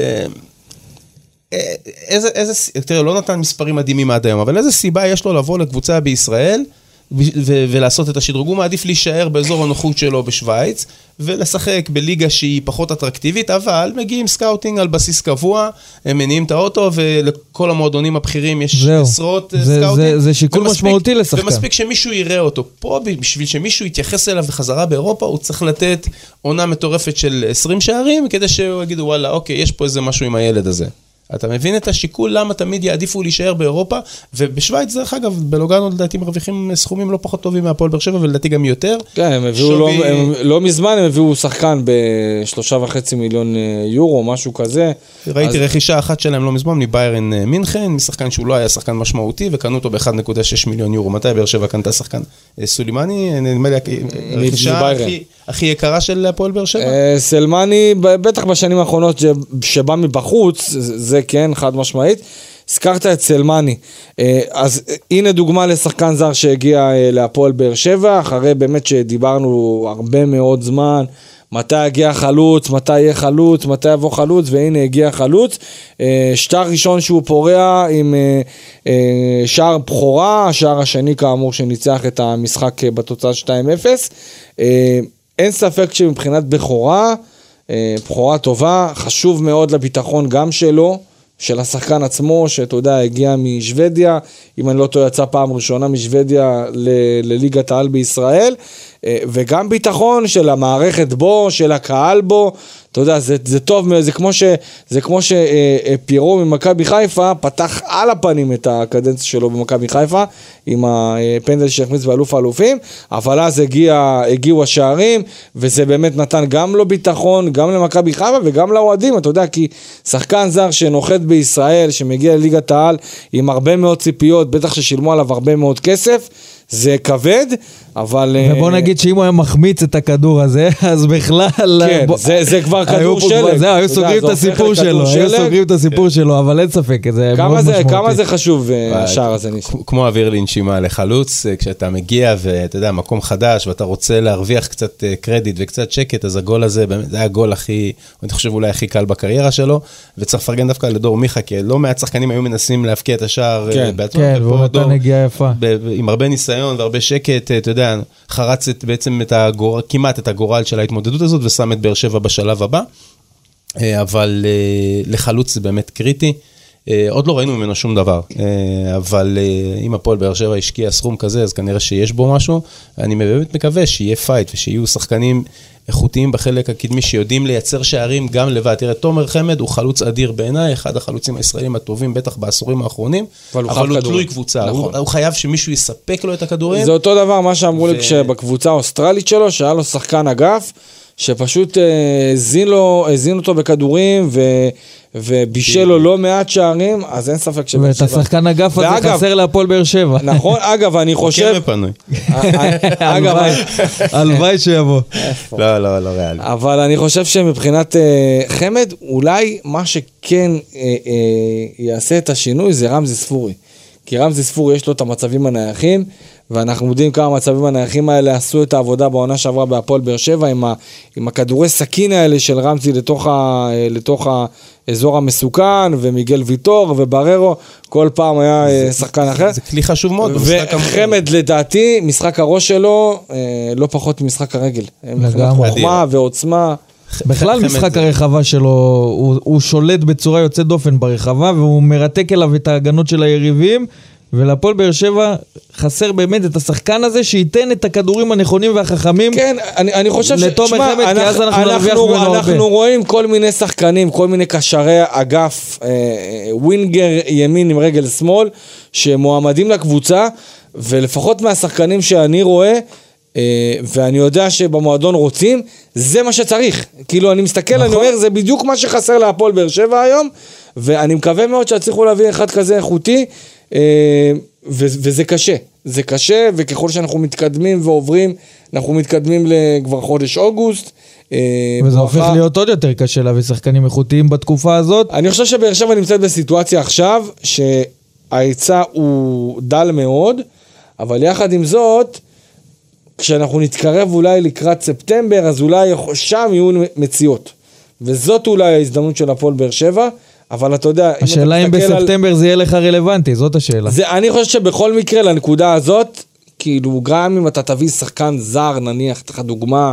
תראה, לא נתן מספרים מדהימים עד היום, אבל איזה סיבה יש לו לבוא לקבוצה בישראל, ולעשות את השדרוג, הוא מעדיף להישאר באזור הנוחות שלו בשוויץ, ולשחק בליגה שהיא פחות אטרקטיבית, אבל מגיעים סקאוטינג על בסיס קבוע, הם מניעים את האוטו, ולכל המועדונים הבכירים יש עשרות סקאוטינג. זה שיקול משמעותי לשחקן. ומספיק שמישהו יראה אותו. פה, בשביל שמישהו יתייחס אליו בחזרה באירופה, הוא צריך לתת עונה מטורפת של 20 שערים, כדי שהוא יגידו, וואלה, אוקיי, יש פה איזה משהו עם הילד הזה. אתה מבין את השיקול למה תמיד יעדיפו להישאר באירופה, ובשוויץ, דרך אגב, בלוגאנו לדעתי מרוויחים סכומים לא פחות טובים מהפועל באר שבע, ולדעתי גם יותר. כן, הם הביאו לא מזמן, הם הביאו שחקן ב3.5 מיליון יורו, משהו כזה. ראיתי רכישה אחת שלהם לא מזמן, מביירן מינכן, משחקן שהוא לא היה שחקן משמעותי, וקנו אותו ב1.6 מיליון יורו. מתי באר שבע קנתה שחקן? סולימני, נדמה לי, הרכישה הכי יקרה של הפועל באר שבע? סלמני, בטח בשנים האחרונות שבא מבחוץ, זה כן, חד משמעית. הזכרת את סלמני, אז הנה דוגמה לשחקן זר שהגיע להפועל באר שבע, אחרי באמת שדיברנו הרבה מאוד זמן, מתי הגיע חלוץ, מתי יהיה חלוץ, מתי יבוא חלוץ, והנה הגיע חלוץ. שטר ראשון שהוא פורע עם שער בחורה, השער השני כאמור שניצח את המשחק בתוצאה 2-0. אין ספק שמבחינת בחורה טובה, חשוב מאוד לביטחון גם שלו, של השחקן עצמו, שאתה יודע, הגיע משוודיה, אם אני לא טועה, יצא פעם ראשונה משוודיה לליגת העל בישראל, וגם ביטחון של המערכת בו, של הקהל בו, אתה יודע, זה טוב, זה כמו שפירו ממכבי חיפה פתח על הפנים את הקדנציה שלו במכבי חיפה, עם הפנדל שהכניס באלוף האלופים, אבל אז הגיעו השערים, וזה באמת נתן גם לו ביטחון, גם למכבי חיפה וגם לאוהדים, אתה יודע, כי שחקן זר שנוחת בישראל, שמגיע לליגת העל עם הרבה מאוד ציפיות, בטח ששילמו עליו הרבה מאוד כסף, זה כבד, אבל... ובוא נגיד שאם הוא היה מחמיץ את הכדור הזה, אז בכלל... כן, זה כבר כדור שלג. זהו, היו סוגרים את הסיפור שלו, אבל אין ספק, זה מאוד משמעותי. כמה זה חשוב, השער הזה ניסו? כמו אוויר לנשימה לחלוץ, כשאתה מגיע ואתה יודע, מקום חדש, ואתה רוצה להרוויח קצת קרדיט וקצת שקט, אז הגול הזה, זה היה הגול הכי, אני חושב אולי הכי קל בקריירה שלו, וצריך לפרגן דווקא לדור מיכה, כי לא מעט שחקנים היו מנסים להבקיע את השער בעצמם. כן, והוא נתן נגיעה יפה. עם הרבה ניסיון והרבה שקט, אתה יודע, חרץ בעצם כמעט את הגורל של ההתמודדות הזאת, ושם את באר שבע בשלב הבא, אבל לחלוץ זה באמת קריטי. עוד לא ראינו ממנו שום דבר, אבל אם הפועל באר שבע השקיע סכום כזה, אז כנראה שיש בו משהו. אני באמת מקווה שיהיה פייט, ושיהיו שחקנים איכותיים בחלק הקדמי, שיודעים לייצר שערים גם לבד. תראה, תומר חמד הוא חלוץ אדיר בעיניי, אחד החלוצים הישראלים הטובים, בטח בעשורים האחרונים, אבל הוא תלוי קבוצה, הוא חייב שמישהו יספק לו את הכדורים. זה אותו דבר מה שאמרו לי כשבקבוצה האוסטרלית שלו, שהיה לו שחקן אגף, שפשוט הזין אותו בכדורים, ובישל לו לא מעט שערים, אז אין ספק שבאר שבע. ואת השחקן אגף הזה חסר להפועל באר שבע. נכון, אגב, אני חושב... כן מפנוי. הלוואי שיבוא. לא ריאלי. אבל אני חושב שמבחינת חמד, אולי מה שכן יעשה את השינוי זה רמזי ספורי. כי רמזי ספורי יש לו את המצבים הנייחים, ואנחנו יודעים כמה המצבים הנייחים האלה עשו את העבודה בעונה שעברה בהפועל באר שבע, עם הכדורי סכין האלה של רמזי לתוך האזור המסוכן, ומיגל ויטור ובררו, כל פעם היה שחקן אחר. זה כלי חשוב מאוד. וחמד לדעתי, משחק הראש שלו, לא פחות ממשחק הרגל. חוכמה ועוצמה. בכלל משחק הרחבה שלו, הוא שולט בצורה יוצאת דופן ברחבה, והוא מרתק אליו את ההגנות של היריבים, ולפועל באר שבע חסר באמת את השחקן הזה, שייתן את הכדורים הנכונים והחכמים. כן, אני חושב אנחנו רואים כל מיני שחקנים, כל מיני קשרי אגף, ווינגר ימין עם רגל שמאל, שמועמדים לקבוצה, ולפחות מהשחקנים שאני רואה, ואני יודע שבמועדון רוצים, זה מה שצריך. כאילו אני מסתכל, אני אומר, זה בדיוק מה שחסר להפועל באר שבע היום, ואני מקווה מאוד שהצליחו להביא אחד כזה איכותי, וזה קשה. זה קשה, וככל שאנחנו מתקדמים ועוברים, אנחנו מתקדמים כבר חודש אוגוסט. וזה הופך להיות עוד יותר קשה להביא שחקנים איכותיים בתקופה הזאת. אני חושב שבאר שבע נמצאת בסיטואציה עכשיו, שההיצע הוא דל מאוד, אבל יחד עם זאת, כשאנחנו נתקרב אולי לקראת ספטמבר, אז אולי שם יהיו מציאות. וזאת אולי ההזדמנות של הפועל באר שבע, אבל אתה יודע... השאלה אם בספטמבר זה יהיה לך רלוונטי, זאת השאלה. אני חושב שבכל מקרה לנקודה הזאת, כאילו גם אם אתה תביא שחקן זר, נניח, תחת דוגמה,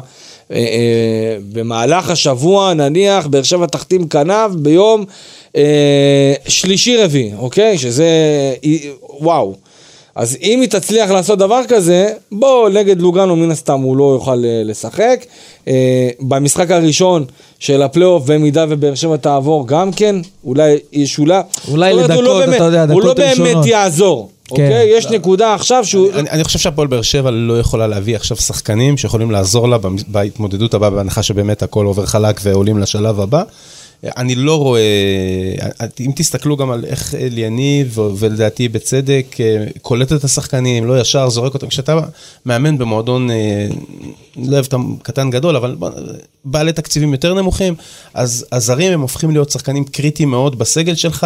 במהלך השבוע, נניח, באר שבע תחתים כנף ביום שלישי רביעי, אוקיי? שזה, וואו. אז אם היא תצליח לעשות דבר כזה, בוא, נגד לוגאנו מן הסתם הוא לא יוכל לשחק. במשחק הראשון של הפלייאוף, במידה ובאר שבע תעבור גם כן, אולי ישולה. אולי לדקות, אתה יודע, הוא לא באמת יעזור. אוקיי? יש נקודה עכשיו שהוא... אני חושב שהפועל באר שבע לא יכולה להביא עכשיו שחקנים שיכולים לעזור לה בהתמודדות הבאה, בהנחה שבאמת הכל עובר חלק ועולים לשלב הבא. אני לא רואה, אם תסתכלו גם על איך אליניב, ולדעתי בצדק, קולט את השחקנים, לא ישר זורק אותם, כשאתה מאמן במועדון, לא אוהב את קטן גדול, אבל בעלי תקציבים יותר נמוכים, אז הזרים הם הופכים להיות שחקנים קריטיים מאוד בסגל שלך,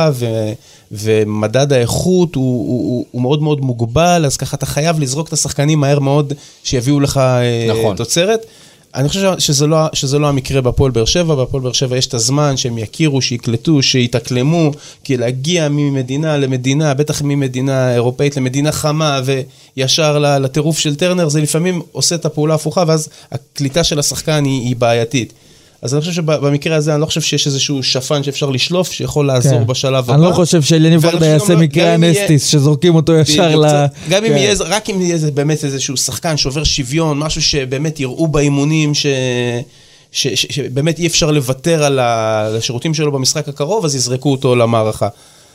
ומדד האיכות הוא מאוד מאוד מוגבל, אז ככה אתה חייב לזרוק את השחקנים מהר מאוד, שיביאו לך תוצרת. אני חושב שזה לא המקרה בפועל באר שבע, בפועל באר שבע יש את הזמן שהם יכירו, שיקלטו, שיתאקלמו, כי להגיע ממדינה למדינה, בטח ממדינה אירופאית למדינה חמה, וישר לטירוף של טרנר, זה לפעמים עושה את הפעולה הפוכה, ואז הקליטה של השחקן היא בעייתית. אז אני חושב שבמקרה הזה, אני לא חושב שיש איזשהו שפן שאפשר לשלוף, שיכול לעזור בשלב הבא. אני לא חושב שאליניב ברדה יעשה מקרה הנסטיס, שזורקים אותו ישר גם אם יהיה, רק אם יהיה באמת איזשהו שחקן שעובר שוויון, משהו שבאמת יראו באימונים, שבאמת אי אפשר לוותר על השירותים שלו במשחק הקרוב, אז יזרקו אותו למערכה.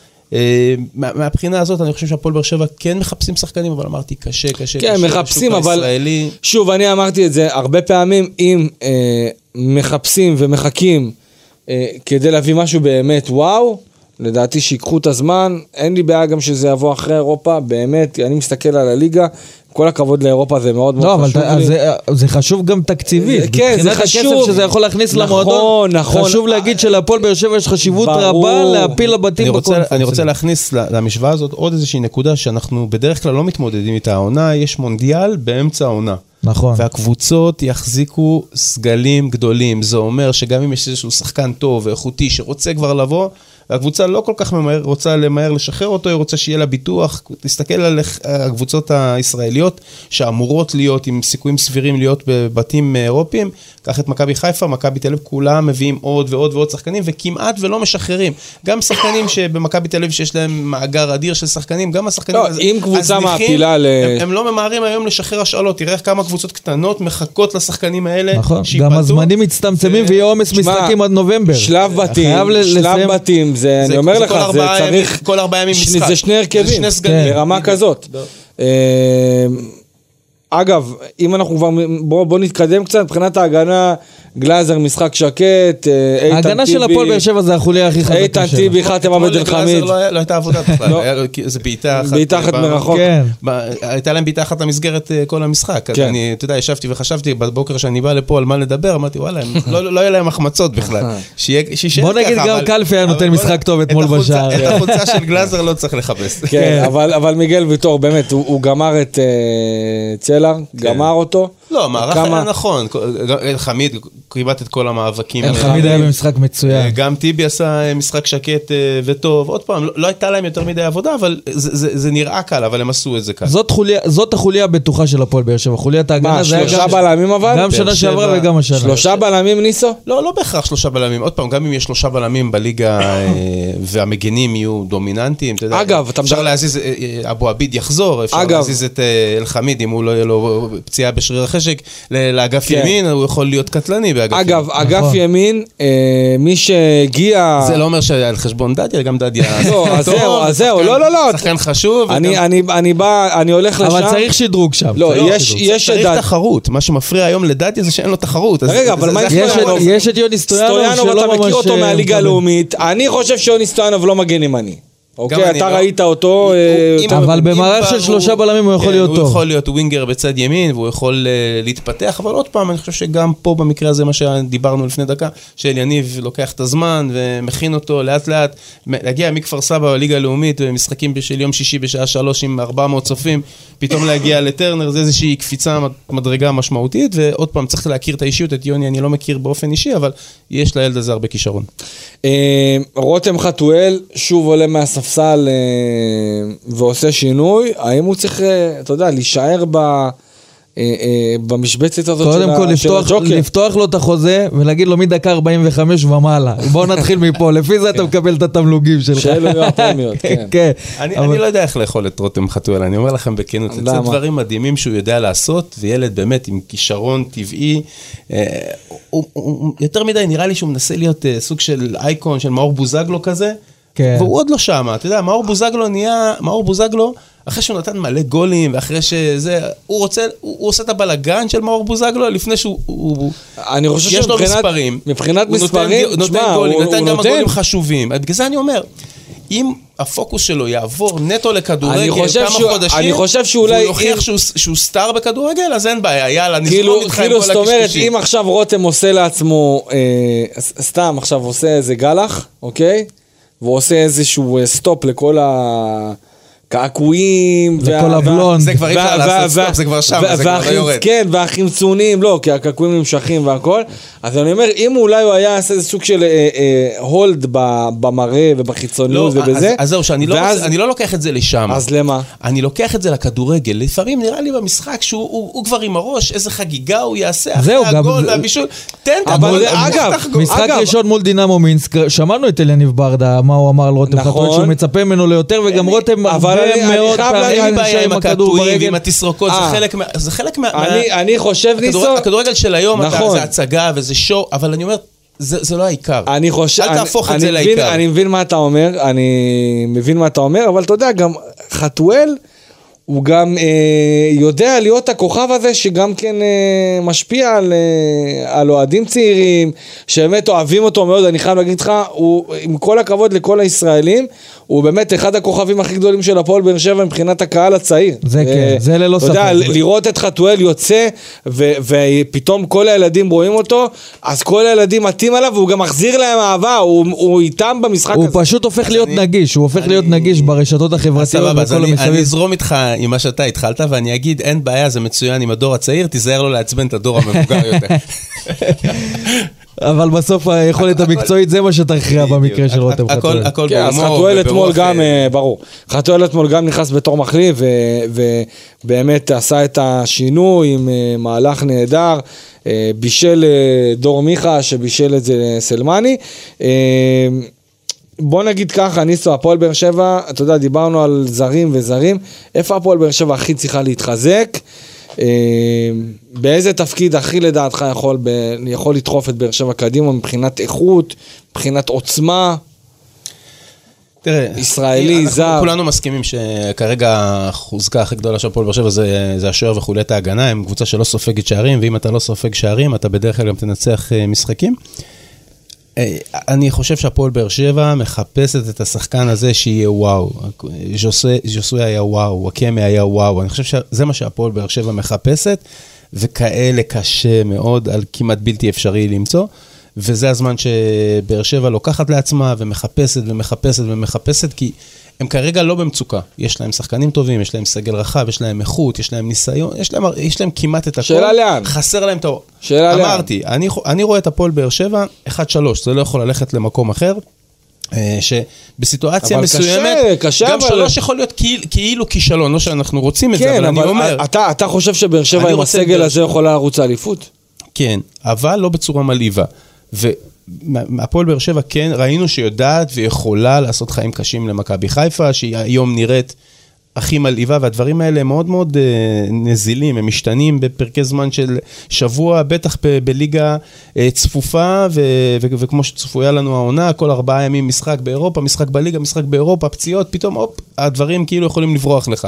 מהבחינה הזאת אני חושב שהפועל באר שבע כן מחפשים שחקנים, אבל אמרתי קשה. כן, מחפשים, אבל שוב, אני אמרתי את זה הרבה פעמים, אם מחפשים ומחכים כדי להביא משהו באמת וואו, לדעתי שיקחו את הזמן, אין לי בעיה גם שזה יבוא אחרי אירופה, באמת, אני מסתכל על הליגה, כל הכבוד לאירופה זה מאוד מאוד חשוב לי. זה חשוב גם תקציבית. כן, זה חשוב. מבחינת הכסף שזה יכול להכניס למועדון. נכון. חשוב להגיד שלהפועל באר שבע יש חשיבות רבה להפיל לבתים בקונפרנס. אני רוצה להכניס למשוואה הזאת עוד איזושהי נקודה שאנחנו בדרך כלל לא מתמודדים איתה. העונה, יש מונדיאל באמצע העונה. נכון. והקבוצות יחזיקו סגלים גדולים. זה אומר שגם אם יש איזשהו שחקן טוב ואיכותי שרוצה כבר לבוא, והקבוצה לא כל כך רוצה למהר לשחרר אותו, היא רוצה שיהיה לה ביטוח, תסתכל על הקבוצות הישראליות שאמורות להיות עם סיכויים סבירים להיות בבתים אירופיים, קח את מכבי חיפה, מכבי תל אביב, כולם מביאים עוד ועוד ועוד שחקנים, וכמעט ולא משחררים. גם שחקנים שבמכבי תל אביב שיש להם מאגר אדיר של שחקנים, גם השחקנים אם קבוצה מעפילה הם לא ממהרים היום לשחרר השאלות, תראה כמה קבוצות קטנות מחכות לשחקנים האלה. נכון, גם הזמנים מצטמצמים ויהיה עומס משחקים עד נובמבר. שלב בתים, אני אומר לך, זה צריך, כל 4 ימים משחק. זה שני הרכבים, ברמה כזאת. אגב, אם אנחנו כבר, בוא נתקדם קצת, מבחינת ההגנה, גלאזר משחק שקט, ההגנה של הפועל באר שבע זה החוליה הכי חזקה. איתן טיבי, חתם עבד אל חמיד. לא הייתה עבודה בכלל, זה בעיטה אחת מרחוק. הייתה להם בעיטה אחת למסגרת כל המשחק. אני, אתה יודע, ישבתי וחשבתי בבוקר שאני בא לפה על מה לדבר, אמרתי, וואלה, לא יהיה להם החמצות בכלל. בוא נגיד גם קלפי היה נותן משחק טוב אתמול בשער. את החולצה של גלאזר לא צריך לחפש. כן, אבל מיגל ויטור, באמת, הוא גמר את צלר, גמר אותו. לא, המערך היה נכון, חמיד קיבלת את כל המאבקים. חמיד היה במשחק מצוין. גם טיבי עשה משחק שקט וטוב. עוד פעם, לא הייתה להם יותר מדי עבודה, אבל זה נראה קל, אבל הם עשו את זה קל. זאת החוליה הבטוחה של הפועל באר שבע. חוליית ההגנה זה היה 3 בלמים אבל? גם שנה שעברה וגם השנה. 3 בלמים ניסו? לא בהכרח 3 בלמים. עוד פעם, גם אם יש 3 בלמים בליגה והמגנים יהיו דומיננטיים, אגב, אפשר להזיז, אבו עביד יחזור, אפשר להזיז את אל-חמיד, אם הוא לא יהיה לו פציעה בשריר החשק, לאגף ימין, הוא יכול להיות קטלני באגף ימין. אגב, אגף ימין, מי שהגיע... זה לא אומר שעל חשבון דדיה, גם דדיה... לא, אז זהו, לא. שחקן חשוב. אני הולך לשם... אבל צריך שדרוג שם. לא, יש... צריך תחרות. מה שמפריע היום לדדיה זה שאין לו תחרות. רגע, אבל מה יש את יוני סטויאנוב אתה מכיר אותו מהליגה הלאומית. אני חושב שיוני סטויאנוב לא מגן ימני. אוקיי, אתה ראית אותו... אבל במערך של 3 בלמים הוא יכול להיות טוב. הוא יכול להיות ווינגר בצד ימין, והוא יכול להתפתח, אבל עוד פעם, אני חושב שגם פה במקרה הזה, מה שדיברנו לפני דקה, שאליניב לוקח את הזמן ומכין אותו לאט לאט, להגיע מכפר סבא בליגה הלאומית, משחקים של יום שישי בשעה 3 עם 400 צופים, פתאום להגיע לטרנר, זה איזושהי קפיצה מדרגה משמעותית, ועוד פעם צריך להכיר את האישיות, את יוני אני לא מכיר באופן אישי, אבל יש לילד הזה הרבה כישרון. רותם חתואל שוב עולה מהספסל ועושה שינוי, האם הוא צריך, אתה יודע, להישאר במשבצת הזאת קודם כל לפתוח לו את החוזה ולהגיד לו מדקה 45 ומעלה. בואו נתחיל מפה, לפי זה אתה מקבל את התמלוגים שלך. שאלו יהיו הפרמיות, כן. אני לא יודע איך לאכול את רותם חתואל, אני אומר לכם בכנות, זה דברים מדהימים שהוא יודע לעשות, וילד באמת עם כישרון טבעי, יותר מדי נראה לי שהוא מנסה להיות סוג של אייקון, של מאור בוזגלו כזה, והוא עוד לא שם, אתה יודע, מאור בוזגלו, אחרי שהוא נתן מלא גולים, ואחרי שזה, הוא עושה את הבלגן של מאור בוזגלו, לפני שהוא, אני חושב יש לו מספרים, מבחינת מספרים, הוא נותן גולים, נותן גם גולים חשובים, בגלל זה אני אומר, אם הפוקוס שלו יעבור נטו לכדורגל כמה חודשים, והוא יוכיח שהוא סטאר בכדורגל, אז אין בעיה, יאללה, נזרום איתך עם כל זאת אומרת, הקשקשים. אם עכשיו רותם עושה לעצמו, סתם עכשיו עושה איזה גלח, אוקיי? והוא עושה איזשהו סטופ לכל הקעקועים, לכל הבלונד. זה כבר אי אפשר לעשות סטופ, זה כבר שם, זה כבר לא יורד. כן, והחמצונים, לא, כי הקעקועים נמשכים והכל. אז אני אומר, אם אולי הוא היה עושה איזה סוג של הולד במראה ובחיצוניות ובזה. אז זהו, שאני לא לוקח את זה לשם. אז למה? אני לוקח את זה לכדורגל. לפעמים נראה לי במשחק שהוא כבר עם הראש, איזה חגיגה הוא יעשה אחרי הגול והבישול. תן את הגול. משחק ראשון מול דינמו מינסק, שמענו את אליניב ברדה, מה הוא אמר לרותם חתואל, שהוא מצפה ממנו ליותר, וגם רותם מאוד פעמים. אין לי בעיה עם הקעקועים ועם התסרוקות, זה חלק מה... אני חושב ניסו... הכדורגל של היום, זה הצגה וזה שואו, אבל אני אומר, זה לא העיקר. אל תהפוך את זה לעיקר. אני מבין מה אתה אומר, אבל אתה יודע, גם חתואל, הוא גם יודע להיות הכוכב הזה שגם כן משפיע על אוהדים צעירים, שבאמת אוהבים אותו מאוד. אני חייב להגיד לך, עם כל הכבוד לכל הישראלים, הוא באמת אחד הכוכבים הכי גדולים של הפועל באר שבע מבחינת הקהל הצעיר. זה כן, זה ללא ספק. אתה יודע, לראות את חתואל יוצא, ופתאום כל הילדים רואים אותו, אז כל הילדים מתים עליו, והוא גם מחזיר להם אהבה, הוא איתם במשחק הזה. הוא פשוט הופך להיות נגיש, הוא הופך להיות נגיש ברשתות החברתיות. אני אזרום איתך עם מה שאתה התחלת, ואני אגיד, אין בעיה, זה מצוין עם הדור הצעיר, תיזהר לו לעצבן את הדור המבוגר יותר. אבל בסוף היכולת המקצועית זה מה שתכריע במקרה של רותם חתואל. הכל אז חתואל אתמול גם, ברור, חתואל אתמול גם נכנס בתור מחליף, ובאמת עשה את השינוי עם מהלך נהדר, בישל דור מיכה, שבישל את זה סלמני. בוא נגיד ככה, ניסו, הפועל באר שבע, אתה יודע, דיברנו על זרים וזרים, איפה הפועל באר שבע הכי צריכה להתחזק? באיזה תפקיד הכי לדעתך יכול לדחוף את באר שבע קדימה מבחינת איכות, מבחינת עוצמה? תראה, ישראלי, זר. כולנו מסכימים שכרגע החוזקה הכי גדולה של הפועל באר שבע זה השוער וחולית ההגנה, הם קבוצה שלא סופגת שערים, ואם אתה לא סופג שערים, אתה בדרך כלל גם תנצח משחקים. אני חושב שהפועל באר שבע מחפשת את השחקן הזה שיהיה וואו. ז'וסוי היה וואו, וואקמה היה וואו. אני חושב שזה מה שהפועל באר שבע מחפשת, וכאלה קשה מאוד, על כמעט בלתי אפשרי למצוא, וזה הזמן שבאר שבע לוקחת לעצמה, ומחפשת ומחפשת ומחפשת, כי הם כרגע לא במצוקה. יש להם שחקנים טובים, יש להם סגל רחב, יש להם איכות, יש להם ניסיון, יש להם כמעט את הכל. שאלה לאן? חסר להם את האור. שאלה לאן? אמרתי, אני רואה את הפועל באר שבע 1-3, זה לא יכול ללכת למקום אחר, שבסיטואציה מסוימת, גם 3 יכול להיות כאילו כישלון, לא שאנחנו רוצים את זה, אבל אני אומר... אתה חושב שבאר שבע עם הסגל הזה יכולה לרוץ לאליפות? כן, אבל לא בצורה מלאיבה. הפועל באר שבע כן, ראינו שיודעת ויכולה לעשות חיים קשים למכבי חיפה, שהיא היום נראית הכי מלאיבה, והדברים האלה מאוד מאוד נזילים, הם משתנים בפרקי זמן של שבוע, בטח בליגה צפופה, וכמו שצפויה לנו העונה, כל 4 ימים משחק באירופה, משחק בליגה, משחק באירופה, פציעות, פתאום הדברים כאילו יכולים לברוח לך.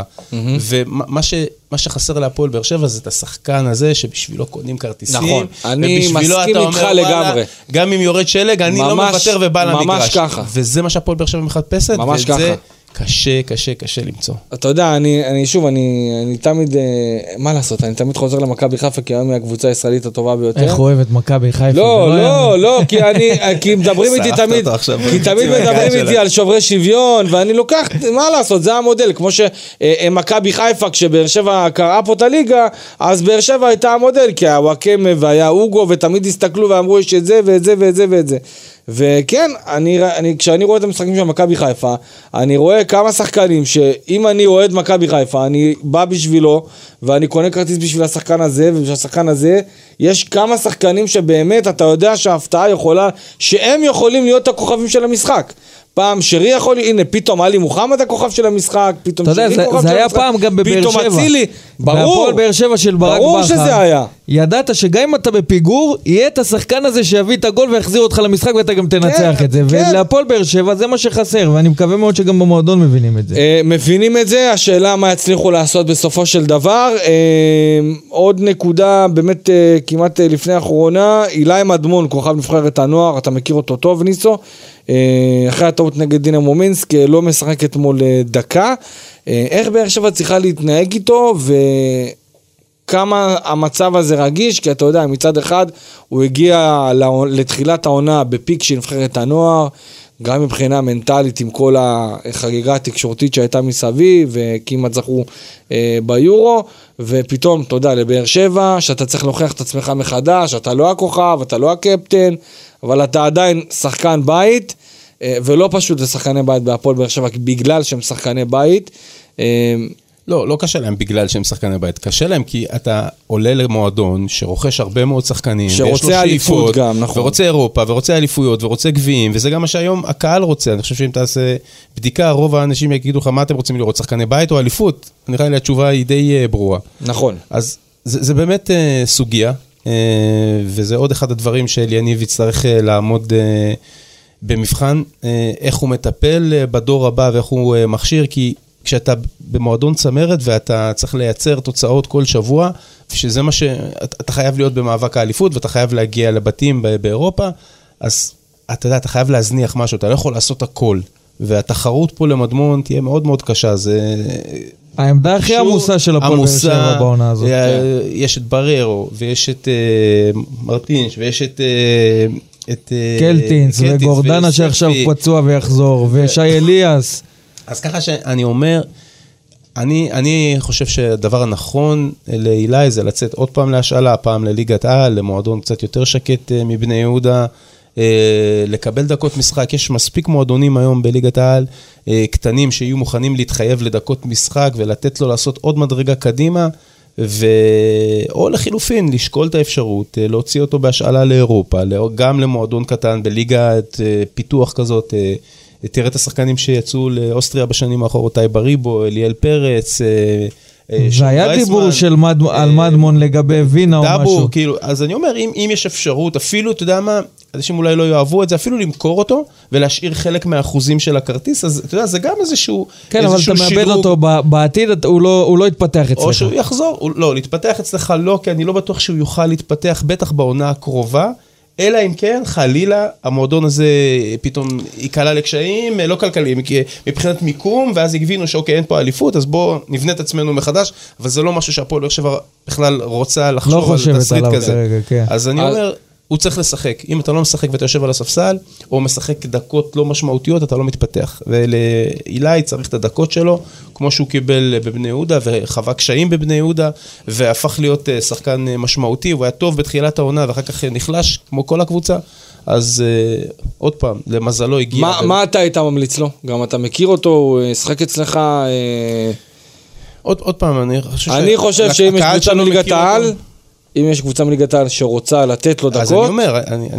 ומה שחסר להפועל באר שבע זה את השחקן הזה, שבשבילו קונים כרטיסים. נכון, אני מסכים איתך לגמרי. גם אם יורד שלג, אני לא מוותר ובא למגרש. ממש ככה. וזה מה שהפועל באר שבע מחפשת, ממש ככה. קשה למצוא. אתה יודע, אני תמיד, מה לעשות, אני תמיד חוזר למכבי חיפה, כי היום היא הקבוצה הישראלית הטובה ביותר. איך אוהב את מכבי חיפה? לא, כי מדברים איתי תמיד, כי תמיד מדברים איתי על שוברי שוויון, ואני לוקח, מה לעשות, זה המודל, כמו שמכבי חיפה, כשבאר שבע קראה פה את הליגה, אז באר שבע הייתה המודל, כי הוואקמה והיה אוגו, ותמיד הסתכלו ואמרו, יש את זה ואת זה ואת זה ואת זה. וכן, כשאני רואה את המשחקים של מכבי חיפה, אני רואה כמה שחקנים שאם אני אוהד מכבי חיפה, אני בא בשבילו, ואני קונה כרטיס בשביל השחקן הזה, ובשביל השחקן הזה, יש כמה שחקנים שבאמת אתה יודע שההפתעה יכולה, שהם יכולים להיות הכוכבים של המשחק. פעם שרי יכול, הנה פתאום עלי מוחמד הכוכב של המשחק, פתאום שרי כוכב של המשחק. זה היה פעם גם בבאר שבע. פתאום אצילי, ברור. בהפועל באר שבע של ברק בכר. ברור שזה היה. ידעת שגם אם אתה בפיגור, יהיה את השחקן הזה שיביא את הגול ויחזיר אותך למשחק ואתה גם תנצח את זה. ולהפועל באר שבע זה מה שחסר, ואני מקווה מאוד שגם במועדון מבינים את זה. מבינים את זה, השאלה מה יצליחו לעשות בסופו של דבר. עוד נקודה, באמת כמעט לפני האחרונה, אילי מדמון, כוכב נבחרת הנוער, אתה מכיר אותו טוב ניסו, אחרי הטעות נגד דינמו מינסק, לא משחק אתמול דקה. איך באר שבע צריכה להתנהג איתו, וכמה המצב הזה רגיש, כי אתה יודע, מצד אחד הוא הגיע לתחילת העונה בפיק של נבחרת הנוער, גם מבחינה מנטלית עם כל החגיגה התקשורתית שהייתה מסביב, וכמעט זכו ביורו, ופתאום, אתה יודע, לבאר שבע, שאתה צריך להוכיח את עצמך מחדש, אתה לא הכוכב, אתה לא הקפטן, אבל אתה עדיין שחקן בית, ולא פשוט לשחקני בית בהפועל באר שבע, בגלל שהם שחקני בית. לא קשה להם בגלל שהם שחקני בית, קשה להם כי אתה עולה למועדון שרוכש הרבה מאוד שחקנים, שרוצה אליפות גם, נכון. ורוצה אירופה, ורוצה אליפויות, ורוצה גביעים, וזה גם מה שהיום הקהל רוצה. אני חושב שאם תעשה בדיקה, רוב האנשים יגידו לך, מה אתם רוצים לראות, שחקני בית או אליפות? נראה לי התשובה היא די ברורה. נכון. אז זה באמת סוגיה, וזה עוד אחד הדברים שאליניב יצטרך לעמוד במבחן, איך הוא מטפל בדור הבא ואיך הוא מכשיר, כי כשאתה במועדון צמרת ואתה צריך לייצר תוצאות כל שבוע, שזה מה שאתה חייב להיות במאבק האליפות, ואתה חייב להגיע לבתים באירופה, אז אתה יודע, אתה חייב להזניח משהו, אתה לא יכול לעשות הכל, והתחרות פה למדמון תהיה מאוד מאוד קשה, זה... העמדה הכי עמוסה של הפועל באר שבע בעונה הזאת. יש את בררו, ויש את מרטינש, ויש את קלטינס, וגורדנה שעכשיו פצוע ויחזור, ושי אליאס. אז ככה שאני אומר, אני חושב שהדבר הנכון לאילי זה לצאת עוד פעם להשאלה, פעם לליגת העל, למועדון קצת יותר שקט מבני יהודה, לקבל דקות משחק. יש מספיק מועדונים היום בליגת העל, קטנים שיהיו מוכנים להתחייב לדקות משחק ולתת לו לעשות עוד מדרגה קדימה, או לחילופין, לשקול את האפשרות, להוציא אותו בהשאלה לאירופה, גם למועדון קטן בליגת פיתוח כזאת. תראה את השחקנים שיצאו לאוסטריה בשנים האחרונות, טייב בריבו, אליאל פרץ, והיה דיבור על מדמון לגבי וינה או משהו. כאילו, אז אני אומר, אם יש אפשרות, אפילו, אתה יודע מה, אנשים אולי לא יאהבו את זה, אפילו למכור אותו, ולהשאיר חלק מהאחוזים של הכרטיס, אז אתה יודע, זה גם איזשהו כן, אבל אתה מאבד אותו בעתיד, הוא לא יתפתח אצלך. או שהוא יחזור, לא, להתפתח אצלך לא, כי אני לא בטוח שהוא יוכל להתפתח, בטח בעונה הקרובה, אלא אם כן, חלילה, המועדון הזה פתאום יקלה לקשיים, לא כלכליים, מבחינת מיקום, ואז יגבינו שאוקיי, אין פה אליפות, אז בואו נבנה את עצמנו מחדש, אבל זה לא משהו שהפועל באר שבע בכלל רוצה לחשוב על תסריט כזה. אז אני אומר, הוא צריך לשחק. אם אתה לא משחק ואתה יושב על הספסל, או משחק דקות לא משמעותיות, אתה לא מתפתח. ולאילי צריך את הדקות שלו, כמו שהוא קיבל בבני יהודה, וחווה קשיים בבני יהודה, והפך להיות שחקן משמעותי, הוא היה טוב בתחילת העונה, ואחר כך נחלש, כמו כל הקבוצה. אז עוד פעם, למזלו הגיע. מה אתה היית ממליץ לו? גם אתה מכיר אותו, הוא שחק אצלך... עוד פעם, אני חושב שאם יש קבוצה מליגת העל... אם יש קבוצה מליגת העל שרוצה לתת לו דקות, אז אני אומר,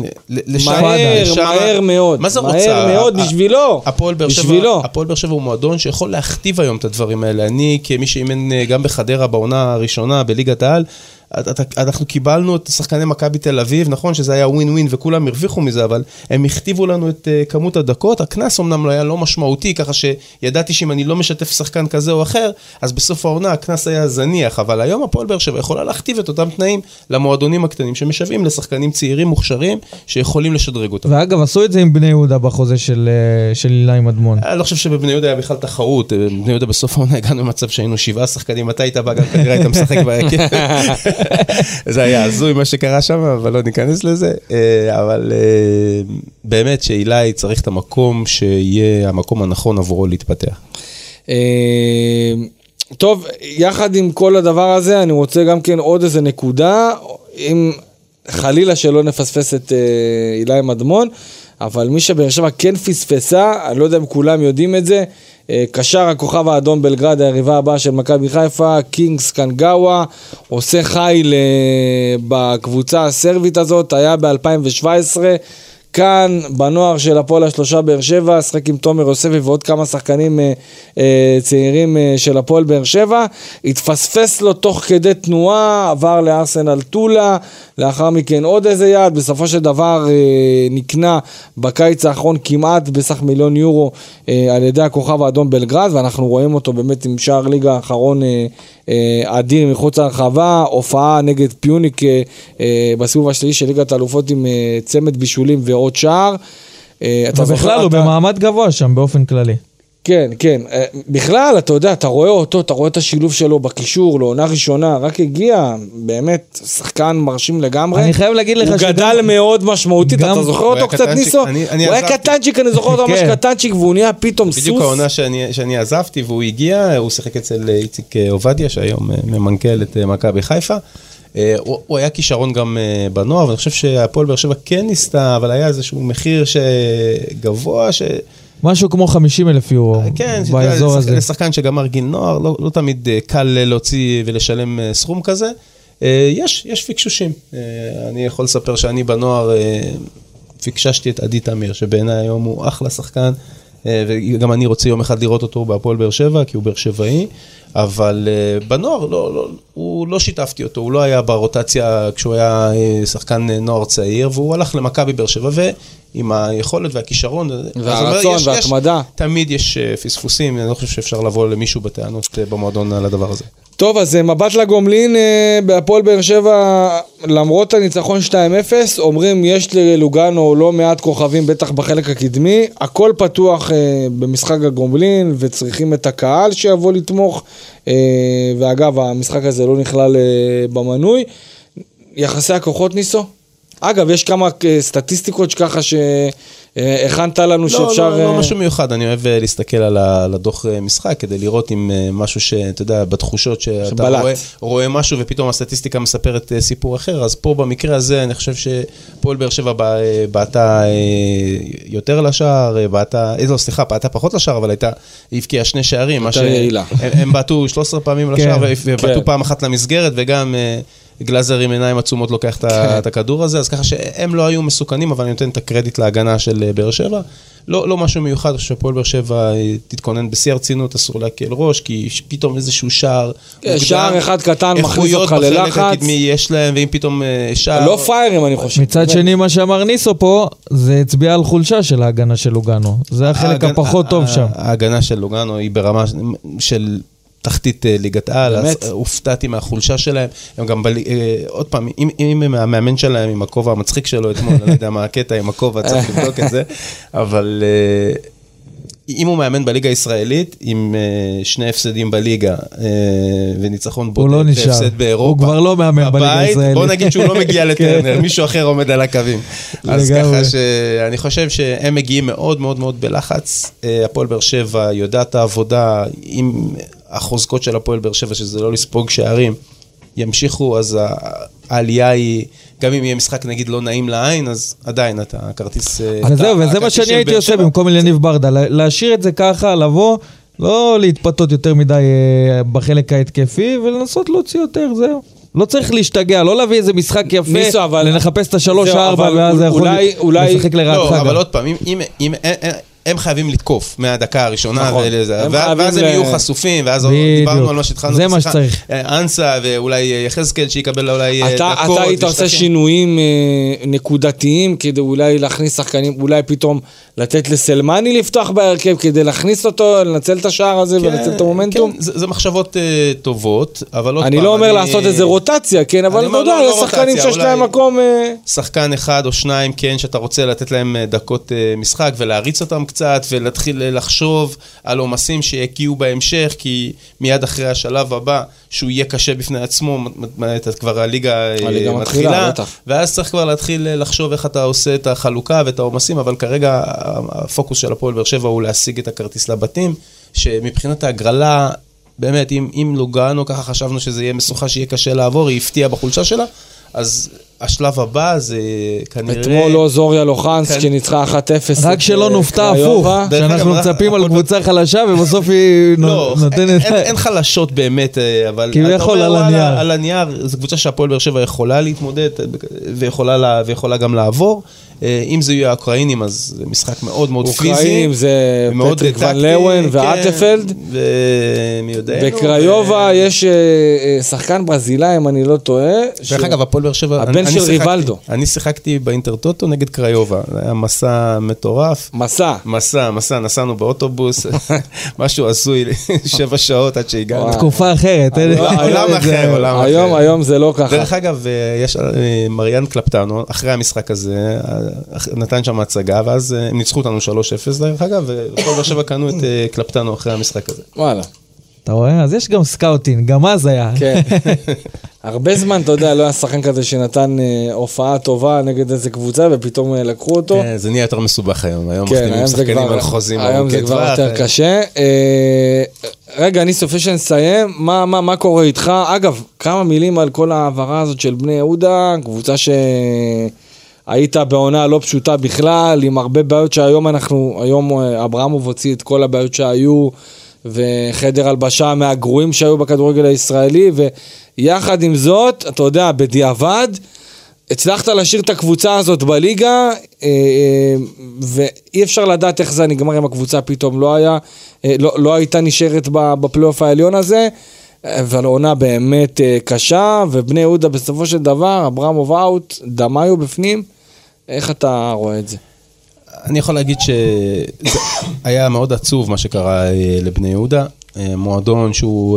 מהר מאוד, מה זה רוצה? מהר מאוד בשבילו. הפועל באר שבע הוא מועדון שיכול להכתיב היום את הדברים האלה. אני כמי שאימן גם בחדרה בעונה הראשונה בליגת העל, אנחנו קיבלנו את שחקני מכבי תל אביב, נכון שזה היה ווין ווין וכולם הרוויחו מזה, אבל הם הכתיבו לנו את כמות הדקות, הכנס אמנם לא היה לא משמעותי, ככה שידעתי שאם אני לא משתף שחקן כזה או אחר, אז בסוף העונה הכנס היה זניח, אבל היום הפועל באר שבע יכולה להכתיב את אותם תנאים למועדונים הקטנים, שמשווים לשחקנים צעירים מוכשרים, שיכולים לשדרג אותם. ואגב, עשו את זה עם בני יהודה בחוזה של אילי מדמון. אני לא חושב שבבני יהודה היה בכלל תחרות, בבני יהודה בסוף העונה הגענו למצב שהיינו 7 שחקנים, מתי היית בא, גם כנראה היית משחק זה היה הזוי מה שקרה שם, אבל לא ניכנס לזה. אבל באמת שאילי צריך את המקום שיהיה המקום הנכון עבורו להתפתח. טוב, יחד עם כל הדבר הזה, אני רוצה גם כן עוד איזה נקודה, אם חלילה שלא נפספס את אילי מדמון, אבל מי שבאר שבע כן פספסה, אני לא יודע אם כולם יודעים את זה, קשר הכוכב האדום בלגרד, היריבה הבאה של מכבי חיפה, קינגס קנגאווה, עושה חיל בקבוצה הסרבית הזאת, היה ב-2017, כאן בנוער של הפועל השלושה באר שבע, שחק עם תומר יוספי ועוד כמה שחקנים צעירים של הפועל באר שבע, התפספס לו תוך כדי תנועה, עבר לארסנל טולה, לאחר מכן עוד איזה יד, בסופו של דבר נקנה בקיץ האחרון כמעט בסך €1,000,000 על ידי הכוכב האדום בלגרד, ואנחנו רואים אותו באמת עם שער ליגה האחרון אדיר מחוץ הרחבה, הופעה נגד פיוניק בסיבוב השלישי של ליגת האלופות עם צמד בישולים ועוד שער. ובכלל הוא במעמד גבוה שם באופן כללי. כן, כן. בכלל, אתה יודע, אתה רואה אותו, אתה רואה את השילוב שלו בקישור, לעונה ראשונה, רק הגיע, באמת, שחקן מרשים לגמרי. אני חייב להגיד לך הוא גדל מאוד משמעותית, אתה זוכר אותו קצת ניסו? הוא היה קטנצ'יק, אני זוכר אותו ממש קטנצ'יק, והוא נהיה פתאום סוס. בדיוק העונה שאני עזבתי, והוא הגיע, הוא שיחק אצל איציק עובדיה, שהיום ממנכ"ל את מכבי חיפה. הוא היה כישרון גם בנוער, ואני חושב שהפועל באר שבע כן ניסתה, אבל היה איזשהו מחיר גבוה, משהו כמו €50,000 באזור הזה. לשחקן שגמר גיל נוער, לא תמיד קל להוציא ולשלם סכום כזה. יש פיקשושים. אני יכול לספר שאני בנוער פיקששתי את עדי תמיר, שבעיניי היום הוא אחלה שחקן, וגם אני רוצה יום אחד לראות אותו בהפועל באר שבע, כי הוא באר שבעי, אבל בנוער הוא לא שיתפתי אותו, הוא לא היה ברוטציה כשהוא היה שחקן נוער צעיר, והוא הלך למכבי באר שבע, ועם היכולת והכישרון, והרצון והתמדה. תמיד יש פספוסים, אני לא חושב שאפשר לבוא למישהו בטענות במועדון על הדבר הזה. טוב, אז מבט לגומלין בהפועל באר שבע, למרות הניצחון 2-0, אומרים יש ללוגנו לא מעט כוכבים, בטח בחלק הקדמי, הכל פתוח במשחק הגומלין, וצריכים את הקהל שיבוא לתמוך, ואגב, המשחק הזה לא נכלל במנוי. יחסי הכוחות ניסו? אגב, יש כמה סטטיסטיקות שככה שהכנת לנו שאפשר... לא משהו מיוחד, אני אוהב להסתכל על הדוח משחק, כדי לראות אם משהו שאתה יודע, בתחושות שאתה רואה משהו, ופתאום הסטטיסטיקה מספרת סיפור אחר, אז פה במקרה הזה אני חושב שפועל באר שבע בעטה יותר לשער, בעטה פחות לשער, אבל הבקיעה 2 שערים, הם בעטו 13 פעמים לשער, ובעטו פעם אחת למסגרת, וגם... גלאזר עם עיניים עצומות לוקח את הכדור הזה, אז ככה שהם לא היו מסוכנים, אבל אני נותן את הקרדיט להגנה של באר שבע. לא משהו מיוחד, שפועל באר שבע תתכונן בשיא הרצינות, אסור להקל ראש, כי פתאום איזשהו שער... שער אחד קטן מכניס אותך ללחץ. איכויות בחלק הקדמי יש להם, ואם פתאום שער... לא פיירים, אני חושב. מצד שני, מה שאמר ניסו פה, זה הצביע על חולשה של ההגנה של לוגנו. זה החלק הפחות טוב שם. ההגנה של לוגנו היא ברמה של... תחתית ליגת העל, אז הופתעתי מהחולשה שלהם, הם גם, עוד פעם, אם המאמן שלהם עם הכובע המצחיק שלו אתמול, אני לא יודע מה הקטע עם הכובע, צריך לבדוק את זה, אבל אם הוא מאמן בליגה הישראלית, עם 2 הפסדים בליגה, וניצחון בודד, והפסד באירופה, הוא כבר לא מאמן בליגה הישראלית. בוא נגיד שהוא לא מגיע לטרנר, מישהו אחר עומד על הקווים. אז ככה שאני חושב שהם מגיעים מאוד מאוד מאוד בלחץ, הפועל באר שבע יודעת את העבודה, עם החוזקות של הפועל באר שבע, שזה לא לספוג שערים, ימשיכו, אז העלייה היא, גם אם יהיה משחק נגיד לא נעים לעין, אז עדיין אתה כרטיס... וזהו, וזה מה שאני הייתי עושה במקום יניב ברדה, להשאיר את זה ככה, לבוא, לא להתפתות יותר מדי בחלק ההתקפי, ולנסות להוציא יותר, זהו. לא צריך להשתגע, לא להביא איזה משחק יפה, לנחפש את 3-4, ואז זה יכול לשחק לרעתך. לא, אבל עוד פעם, אם הם חייבים לתקוף מהדקה הראשונה, ואז הם יהיו חשופים, ואז דיברנו על מה שהתחלנו. זה מה שצריך. אנסה ואולי יחזקאל שיקבל אולי דקות. אתה היית עושה שינויים נקודתיים, כדי אולי להכניס שחקנים, אולי פתאום לתת לסלמני לפתוח בהרכב, כדי להכניס אותו, לנצל את השער הזה ולנצל את המומנטום. כן, זה מחשבות טובות, אבל עוד פעם. אני לא אומר לעשות איזה רוטציה, כן, אבל אתה יודע, יש שחקנים שיש להם מקום... שחקן אחד או שניים, כן, שאתה רוצה לתת להם דקות משחק ולהריץ אותם קצת, ולהתחיל לחשוב על עומסים שיקיעו בהמשך, כי מיד אחרי השלב הבא, שהוא יהיה קשה בפני עצמו, כבר הליגה מתחילה, ואז צריך כבר להתחיל לחשוב איך אתה עושה את החלוקה ואת העומסים, אבל כרגע הפוקוס של הפועל באר שבע הוא להשיג את הכרטיס לבתים, שמבחינת ההגרלה, באמת, אם לוגנו, ככה חשבנו שזה יהיה משוכה שיהיה קשה לעבור, היא הפתיעה בחולשה שלה, אז השלב הבא זה כנראה... אתמול לא זוריה לוחנסק שניצחה 1-0. רק שלא נופתע הפוך, שאנחנו מצפים על קבוצה חלשה ובסוף היא נותנת... אין חלשות באמת, אבל... כביכול על הנייר. על הנייר, זו קבוצה שהפועל באר שבע יכולה להתמודד ויכולה גם לעבור. אם זה יהיו האוקראינים, אז זה משחק מאוד מאוד פיזי. אוקראינים זה פטריק ון לאוון ואטפלד. ומי יודע. בקריובה יש שחקן ברזילאי, אם אני לא טועה. דרך אגב, הפועל באר שבע... הבן של ריבלדו. אני שיחקתי באינטרטוטו נגד קריובה. זה היה מסע מטורף. מסע, נסענו באוטובוס. משהו עשוי 7 שעות עד שהגענו. תקופה אחרת. עולם אחר. היום זה לא ככה. דרך אגב, יש מריאן קלפטנו, אחרי המשחק הזה, נתן שם הצגה, ואז הם ניצחו אותנו 3-0 דרך אגב, וכל באר שבע קנו את קלפטנו אחרי המשחק הזה. וואלה. אתה רואה? אז יש גם סקאוטינג, גם אז היה. כן. הרבה זמן, אתה יודע, לא היה שחקן כזה שנתן הופעה טובה נגד איזה קבוצה, ופתאום לקחו אותו. כן, זה נהיה יותר מסובך היום. היום כן, מחתימים שחקנים על חוזים. היום זה כבר יותר קשה. רגע, אני סופי שנסיים, מה קורה איתך? אגב, כמה מילים על כל העברה הזאת של בני יהודה, קבוצה היית בעונה לא פשוטה בכלל, עם הרבה בעיות שהיום היום אברמוב הוציא את כל הבעיות שהיו, וחדר הלבשה מהגרועים שהיו בכדורגל הישראלי, ויחד עם זאת, אתה יודע, בדיעבד, הצלחת להשאיר את הקבוצה הזאת בליגה, ואי אפשר לדעת איך זה נגמר עם הקבוצה, פתאום לא הייתה נשארת בפלייאוף העליון הזה, אבל עונה באמת קשה, ובני יהודה בסופו של דבר, אברמוב אאוט, דמיו בפנים, איך אתה רואה את זה? אני יכול להגיד שזה היה מאוד עצוב מה שקרה לבני יהודה, מועדון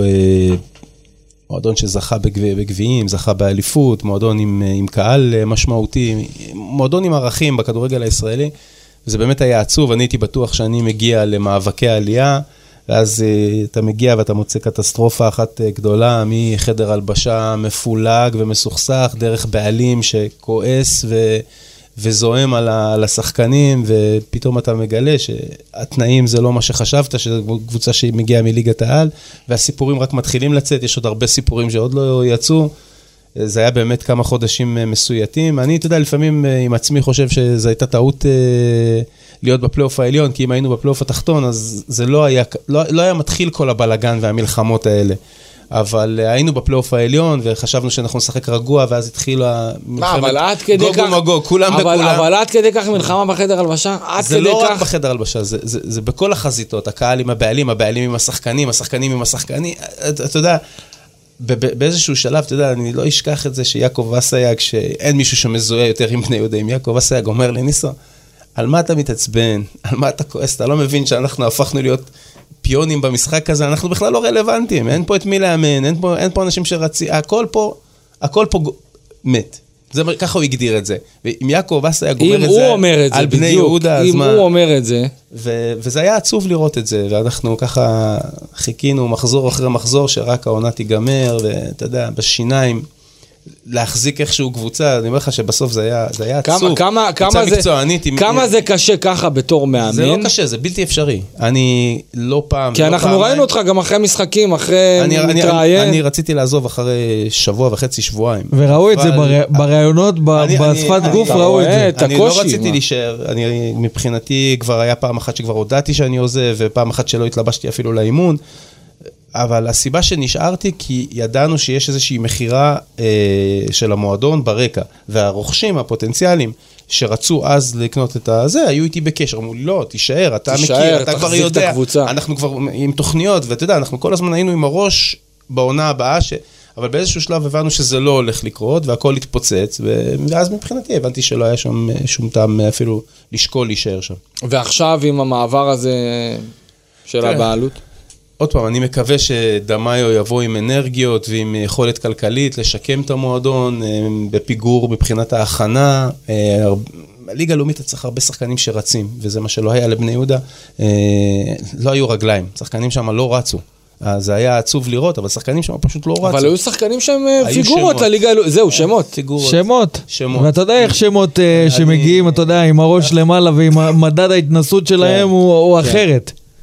שזכה בגביעים, זכה באליפות, מועדון עם קהל משמעותי, מועדון עם ערכים בכדורגל הישראלי, וזה באמת היה עצוב, אני הייתי בטוח שאני מגיע למאבקי העלייה, ואז אתה מגיע ואתה מוצא קטסטרופה אחת גדולה, מחדר הלבשה מפולג ומסוכסך, דרך בעלים שכועס וזוהם על השחקנים, ופתאום אתה מגלה שהתנאים זה לא מה שחשבת, שזו קבוצה שמגיעה מליגת העל, והסיפורים רק מתחילים לצאת, יש עוד הרבה סיפורים שעוד לא יצאו, זה היה באמת כמה חודשים מסויטים, אני, אתה יודע, לפעמים עם עצמי חושב שזו הייתה טעות להיות בפלייאוף העליון, כי אם היינו בפלייאוף התחתון, אז זה לא היה מתחיל כל הבלגן והמלחמות האלה. אבל היינו בפלייאוף העליון, וחשבנו שאנחנו נשחק רגוע, ואז התחילו מלחמת גוג ומגוג, כולם בכולם. אבל עד כדי כך מלחמה בחדר הלבשה? זה לא רק בחדר הלבשה, זה בכל החזיתות, הקהל עם הבעלים, הבעלים עם השחקנים, השחקנים עם השחקנים, אתה יודע, באיזשהו שלב, אתה יודע, אני לא אשכח את זה שיעקב וסייג, שאין מישהו שמזוהה יותר עם בני יהודה, עם יעקב וסייג, אומר לי, ניסו, על מה אתה מתעצבן? על מה אתה כועס? אתה לא מבין שאנחנו הפכנו להיות פיונים במשחק הזה, אנחנו בכלל לא רלוונטיים, אין פה את מי לאמן, אין פה אנשים שרצים, הכל פה מת. ככה הוא הגדיר את זה. ואם יעקב וסייג אומר את זה, על בני יהודה, אם הוא אומר את זה. וזה היה עצוב לראות את זה, ואנחנו ככה חיכינו מחזור אחרי מחזור, שרק העונה תיגמר, ואתה יודע, בשיניים, להחזיק איכשהו קבוצה, אני אומר לך שבסוף זה היה עצוב. כמה זה קשה ככה בתור מאמן? זה לא קשה, זה בלתי אפשרי. אני לא פעם... כי אנחנו ראינו אותך גם אחרי משחקים, אחרי מתראיין. אני רציתי לעזוב אחרי שבוע וחצי, שבועיים. וראו את זה בראיונות, בשפת גוף, ראו את זה. אני לא רציתי להישאר, מבחינתי כבר היה פעם אחת שכבר הודעתי שאני עוזב, ופעם אחת שלא התלבשתי אפילו לאימון. אבל הסיבה שנשארתי, כי ידענו שיש איזושהי מחירה של המועדון ברקע, והרוכשים הפוטנציאליים שרצו אז לקנות את הזה, היו איתי בקשר, אמרו לי, לא, תישאר, אתה מכיר, אתה כבר יודע, אנחנו כבר עם תוכניות, ואתה יודע, אנחנו כל הזמן היינו עם הראש בעונה הבאה, אבל באיזשהו שלב הבנו שזה לא הולך לקרות, והכל התפוצץ, ואז מבחינתי הבנתי שלא היה שם שום טעם אפילו לשקול להישאר שם. ועכשיו עם המעבר הזה של הבעלות? עוד פעם, אני מקווה שדמיו יבוא עם אנרגיות ועם יכולת כלכלית לשקם את המועדון, בפיגור מבחינת ההכנה. הליגה הלאומית צריך הרבה שחקנים שרצים, וזה מה שלא היה לבני יהודה. לא היו רגליים, שחקנים שם לא רצו. זה היה עצוב לראות, אבל שחקנים שם פשוט לא רצו. אבל היו שחקנים שהם פיגורות לליגה הלאומית, זהו, שמות. שמות. ואתה יודע איך שמות שמגיעים, אתה יודע, עם הראש למעלה ועם מדד ההתנסות שלהם הוא אחרת.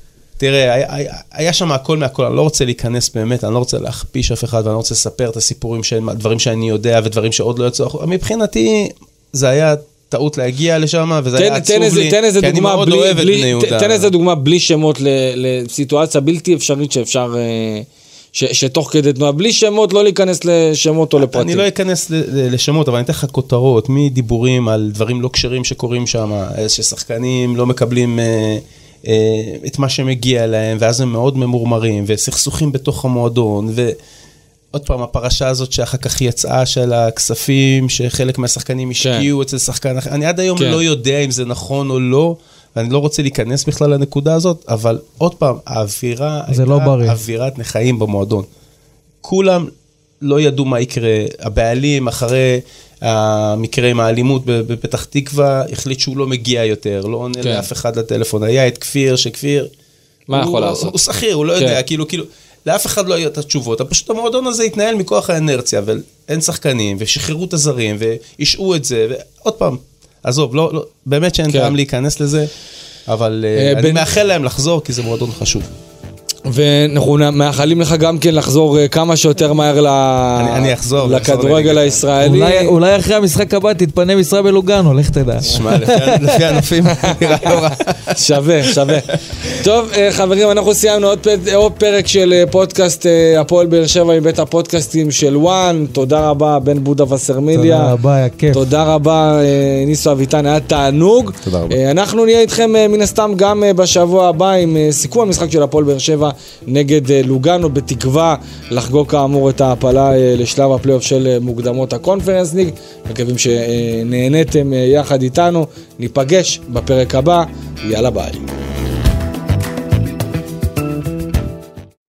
תראה, היה שם הכל מהכל, אני לא רוצה להיכנס באמת, אני לא רוצה להכפיש אף אחד, ואני לא רוצה לספר את הסיפורים, דברים שאני יודע, ודברים שעוד לא יצאו, מבחינתי, זה היה טעות להגיע לשם, וזה היה עצוב לי, כי אני מאוד אוהב את בני יהודה. תן איזה דוגמה בלי שמות לסיטואציה בלתי אפשרית שאפשר, שתוך כדי תנועה, בלי שמות, לא להיכנס לשמות או לפרטים. אני לא אכנס לשמות, אבל אני אתן לך כותרות, מדיבורים על דברים לא קשרים שקורים שם, ששחקנים לא מקבלים את מה שמגיע להם, ואז הם מאוד ממורמרים, וסכסוכים בתוך המועדון, ועוד פעם, הפרשה הזאת שאחר כך יצאה של הכספים, שחלק מהשחקנים השקיעו אצל שחקן אחר, אני עד היום לא יודע אם זה נכון או לא, ואני לא רוצה להיכנס בכלל לנקודה הזאת, אבל עוד פעם, האווירה הייתה אווירת נחיים במועדון. כולם לא ידעו מה יקרה, הבעלים אחרי המקרה עם האלימות בפתח תקווה, החליט שהוא לא מגיע יותר, לא עונה לאף אחד לטלפון, היה את כפיר, שכפיר, מה יכול לעשות? הוא שכיר, הוא לא יודע, כאילו, לאף אחד לא היו את התשובות, פשוט המועדון הזה התנהל מכוח האנרציה, ואין שחקנים, ושחררו את הזרים, והשעו את זה, ועוד פעם, עזוב, לא, באמת שאין טעם להיכנס לזה, אבל אני מאחל להם לחזור, כי זה מועדון חשוב. ואנחנו מאחלים לך גם כן לחזור כמה שיותר מהר לכדורגל הישראלי. אולי אחרי המשחק הבא תתפנה משרה בלוגנו, לך תדע. תשמע, לפי הנופים נראה לא רע. שווה. טוב, חברים, אנחנו סיימנו עוד פרק של פודקאסט הפועל באר שבע מבית הפודקאסטים של וואן. תודה רבה, בן בודה וסרמיליה. תודה רבה, היה כיף. תודה רבה, ניסו אביטן, היה תענוג. תודה רבה. אנחנו נהיה איתכם מן הסתם גם בשבוע הבא עם סיכום המשחק של הפועל באר שבע נגד לוגנו, בתקווה לחגוג כאמור את ההפלה לשלב הפלייאוף של מוקדמות הקונפרנס ליג. מקווים שנהניתם יחד איתנו, ניפגש בפרק הבא, יאללה ביי.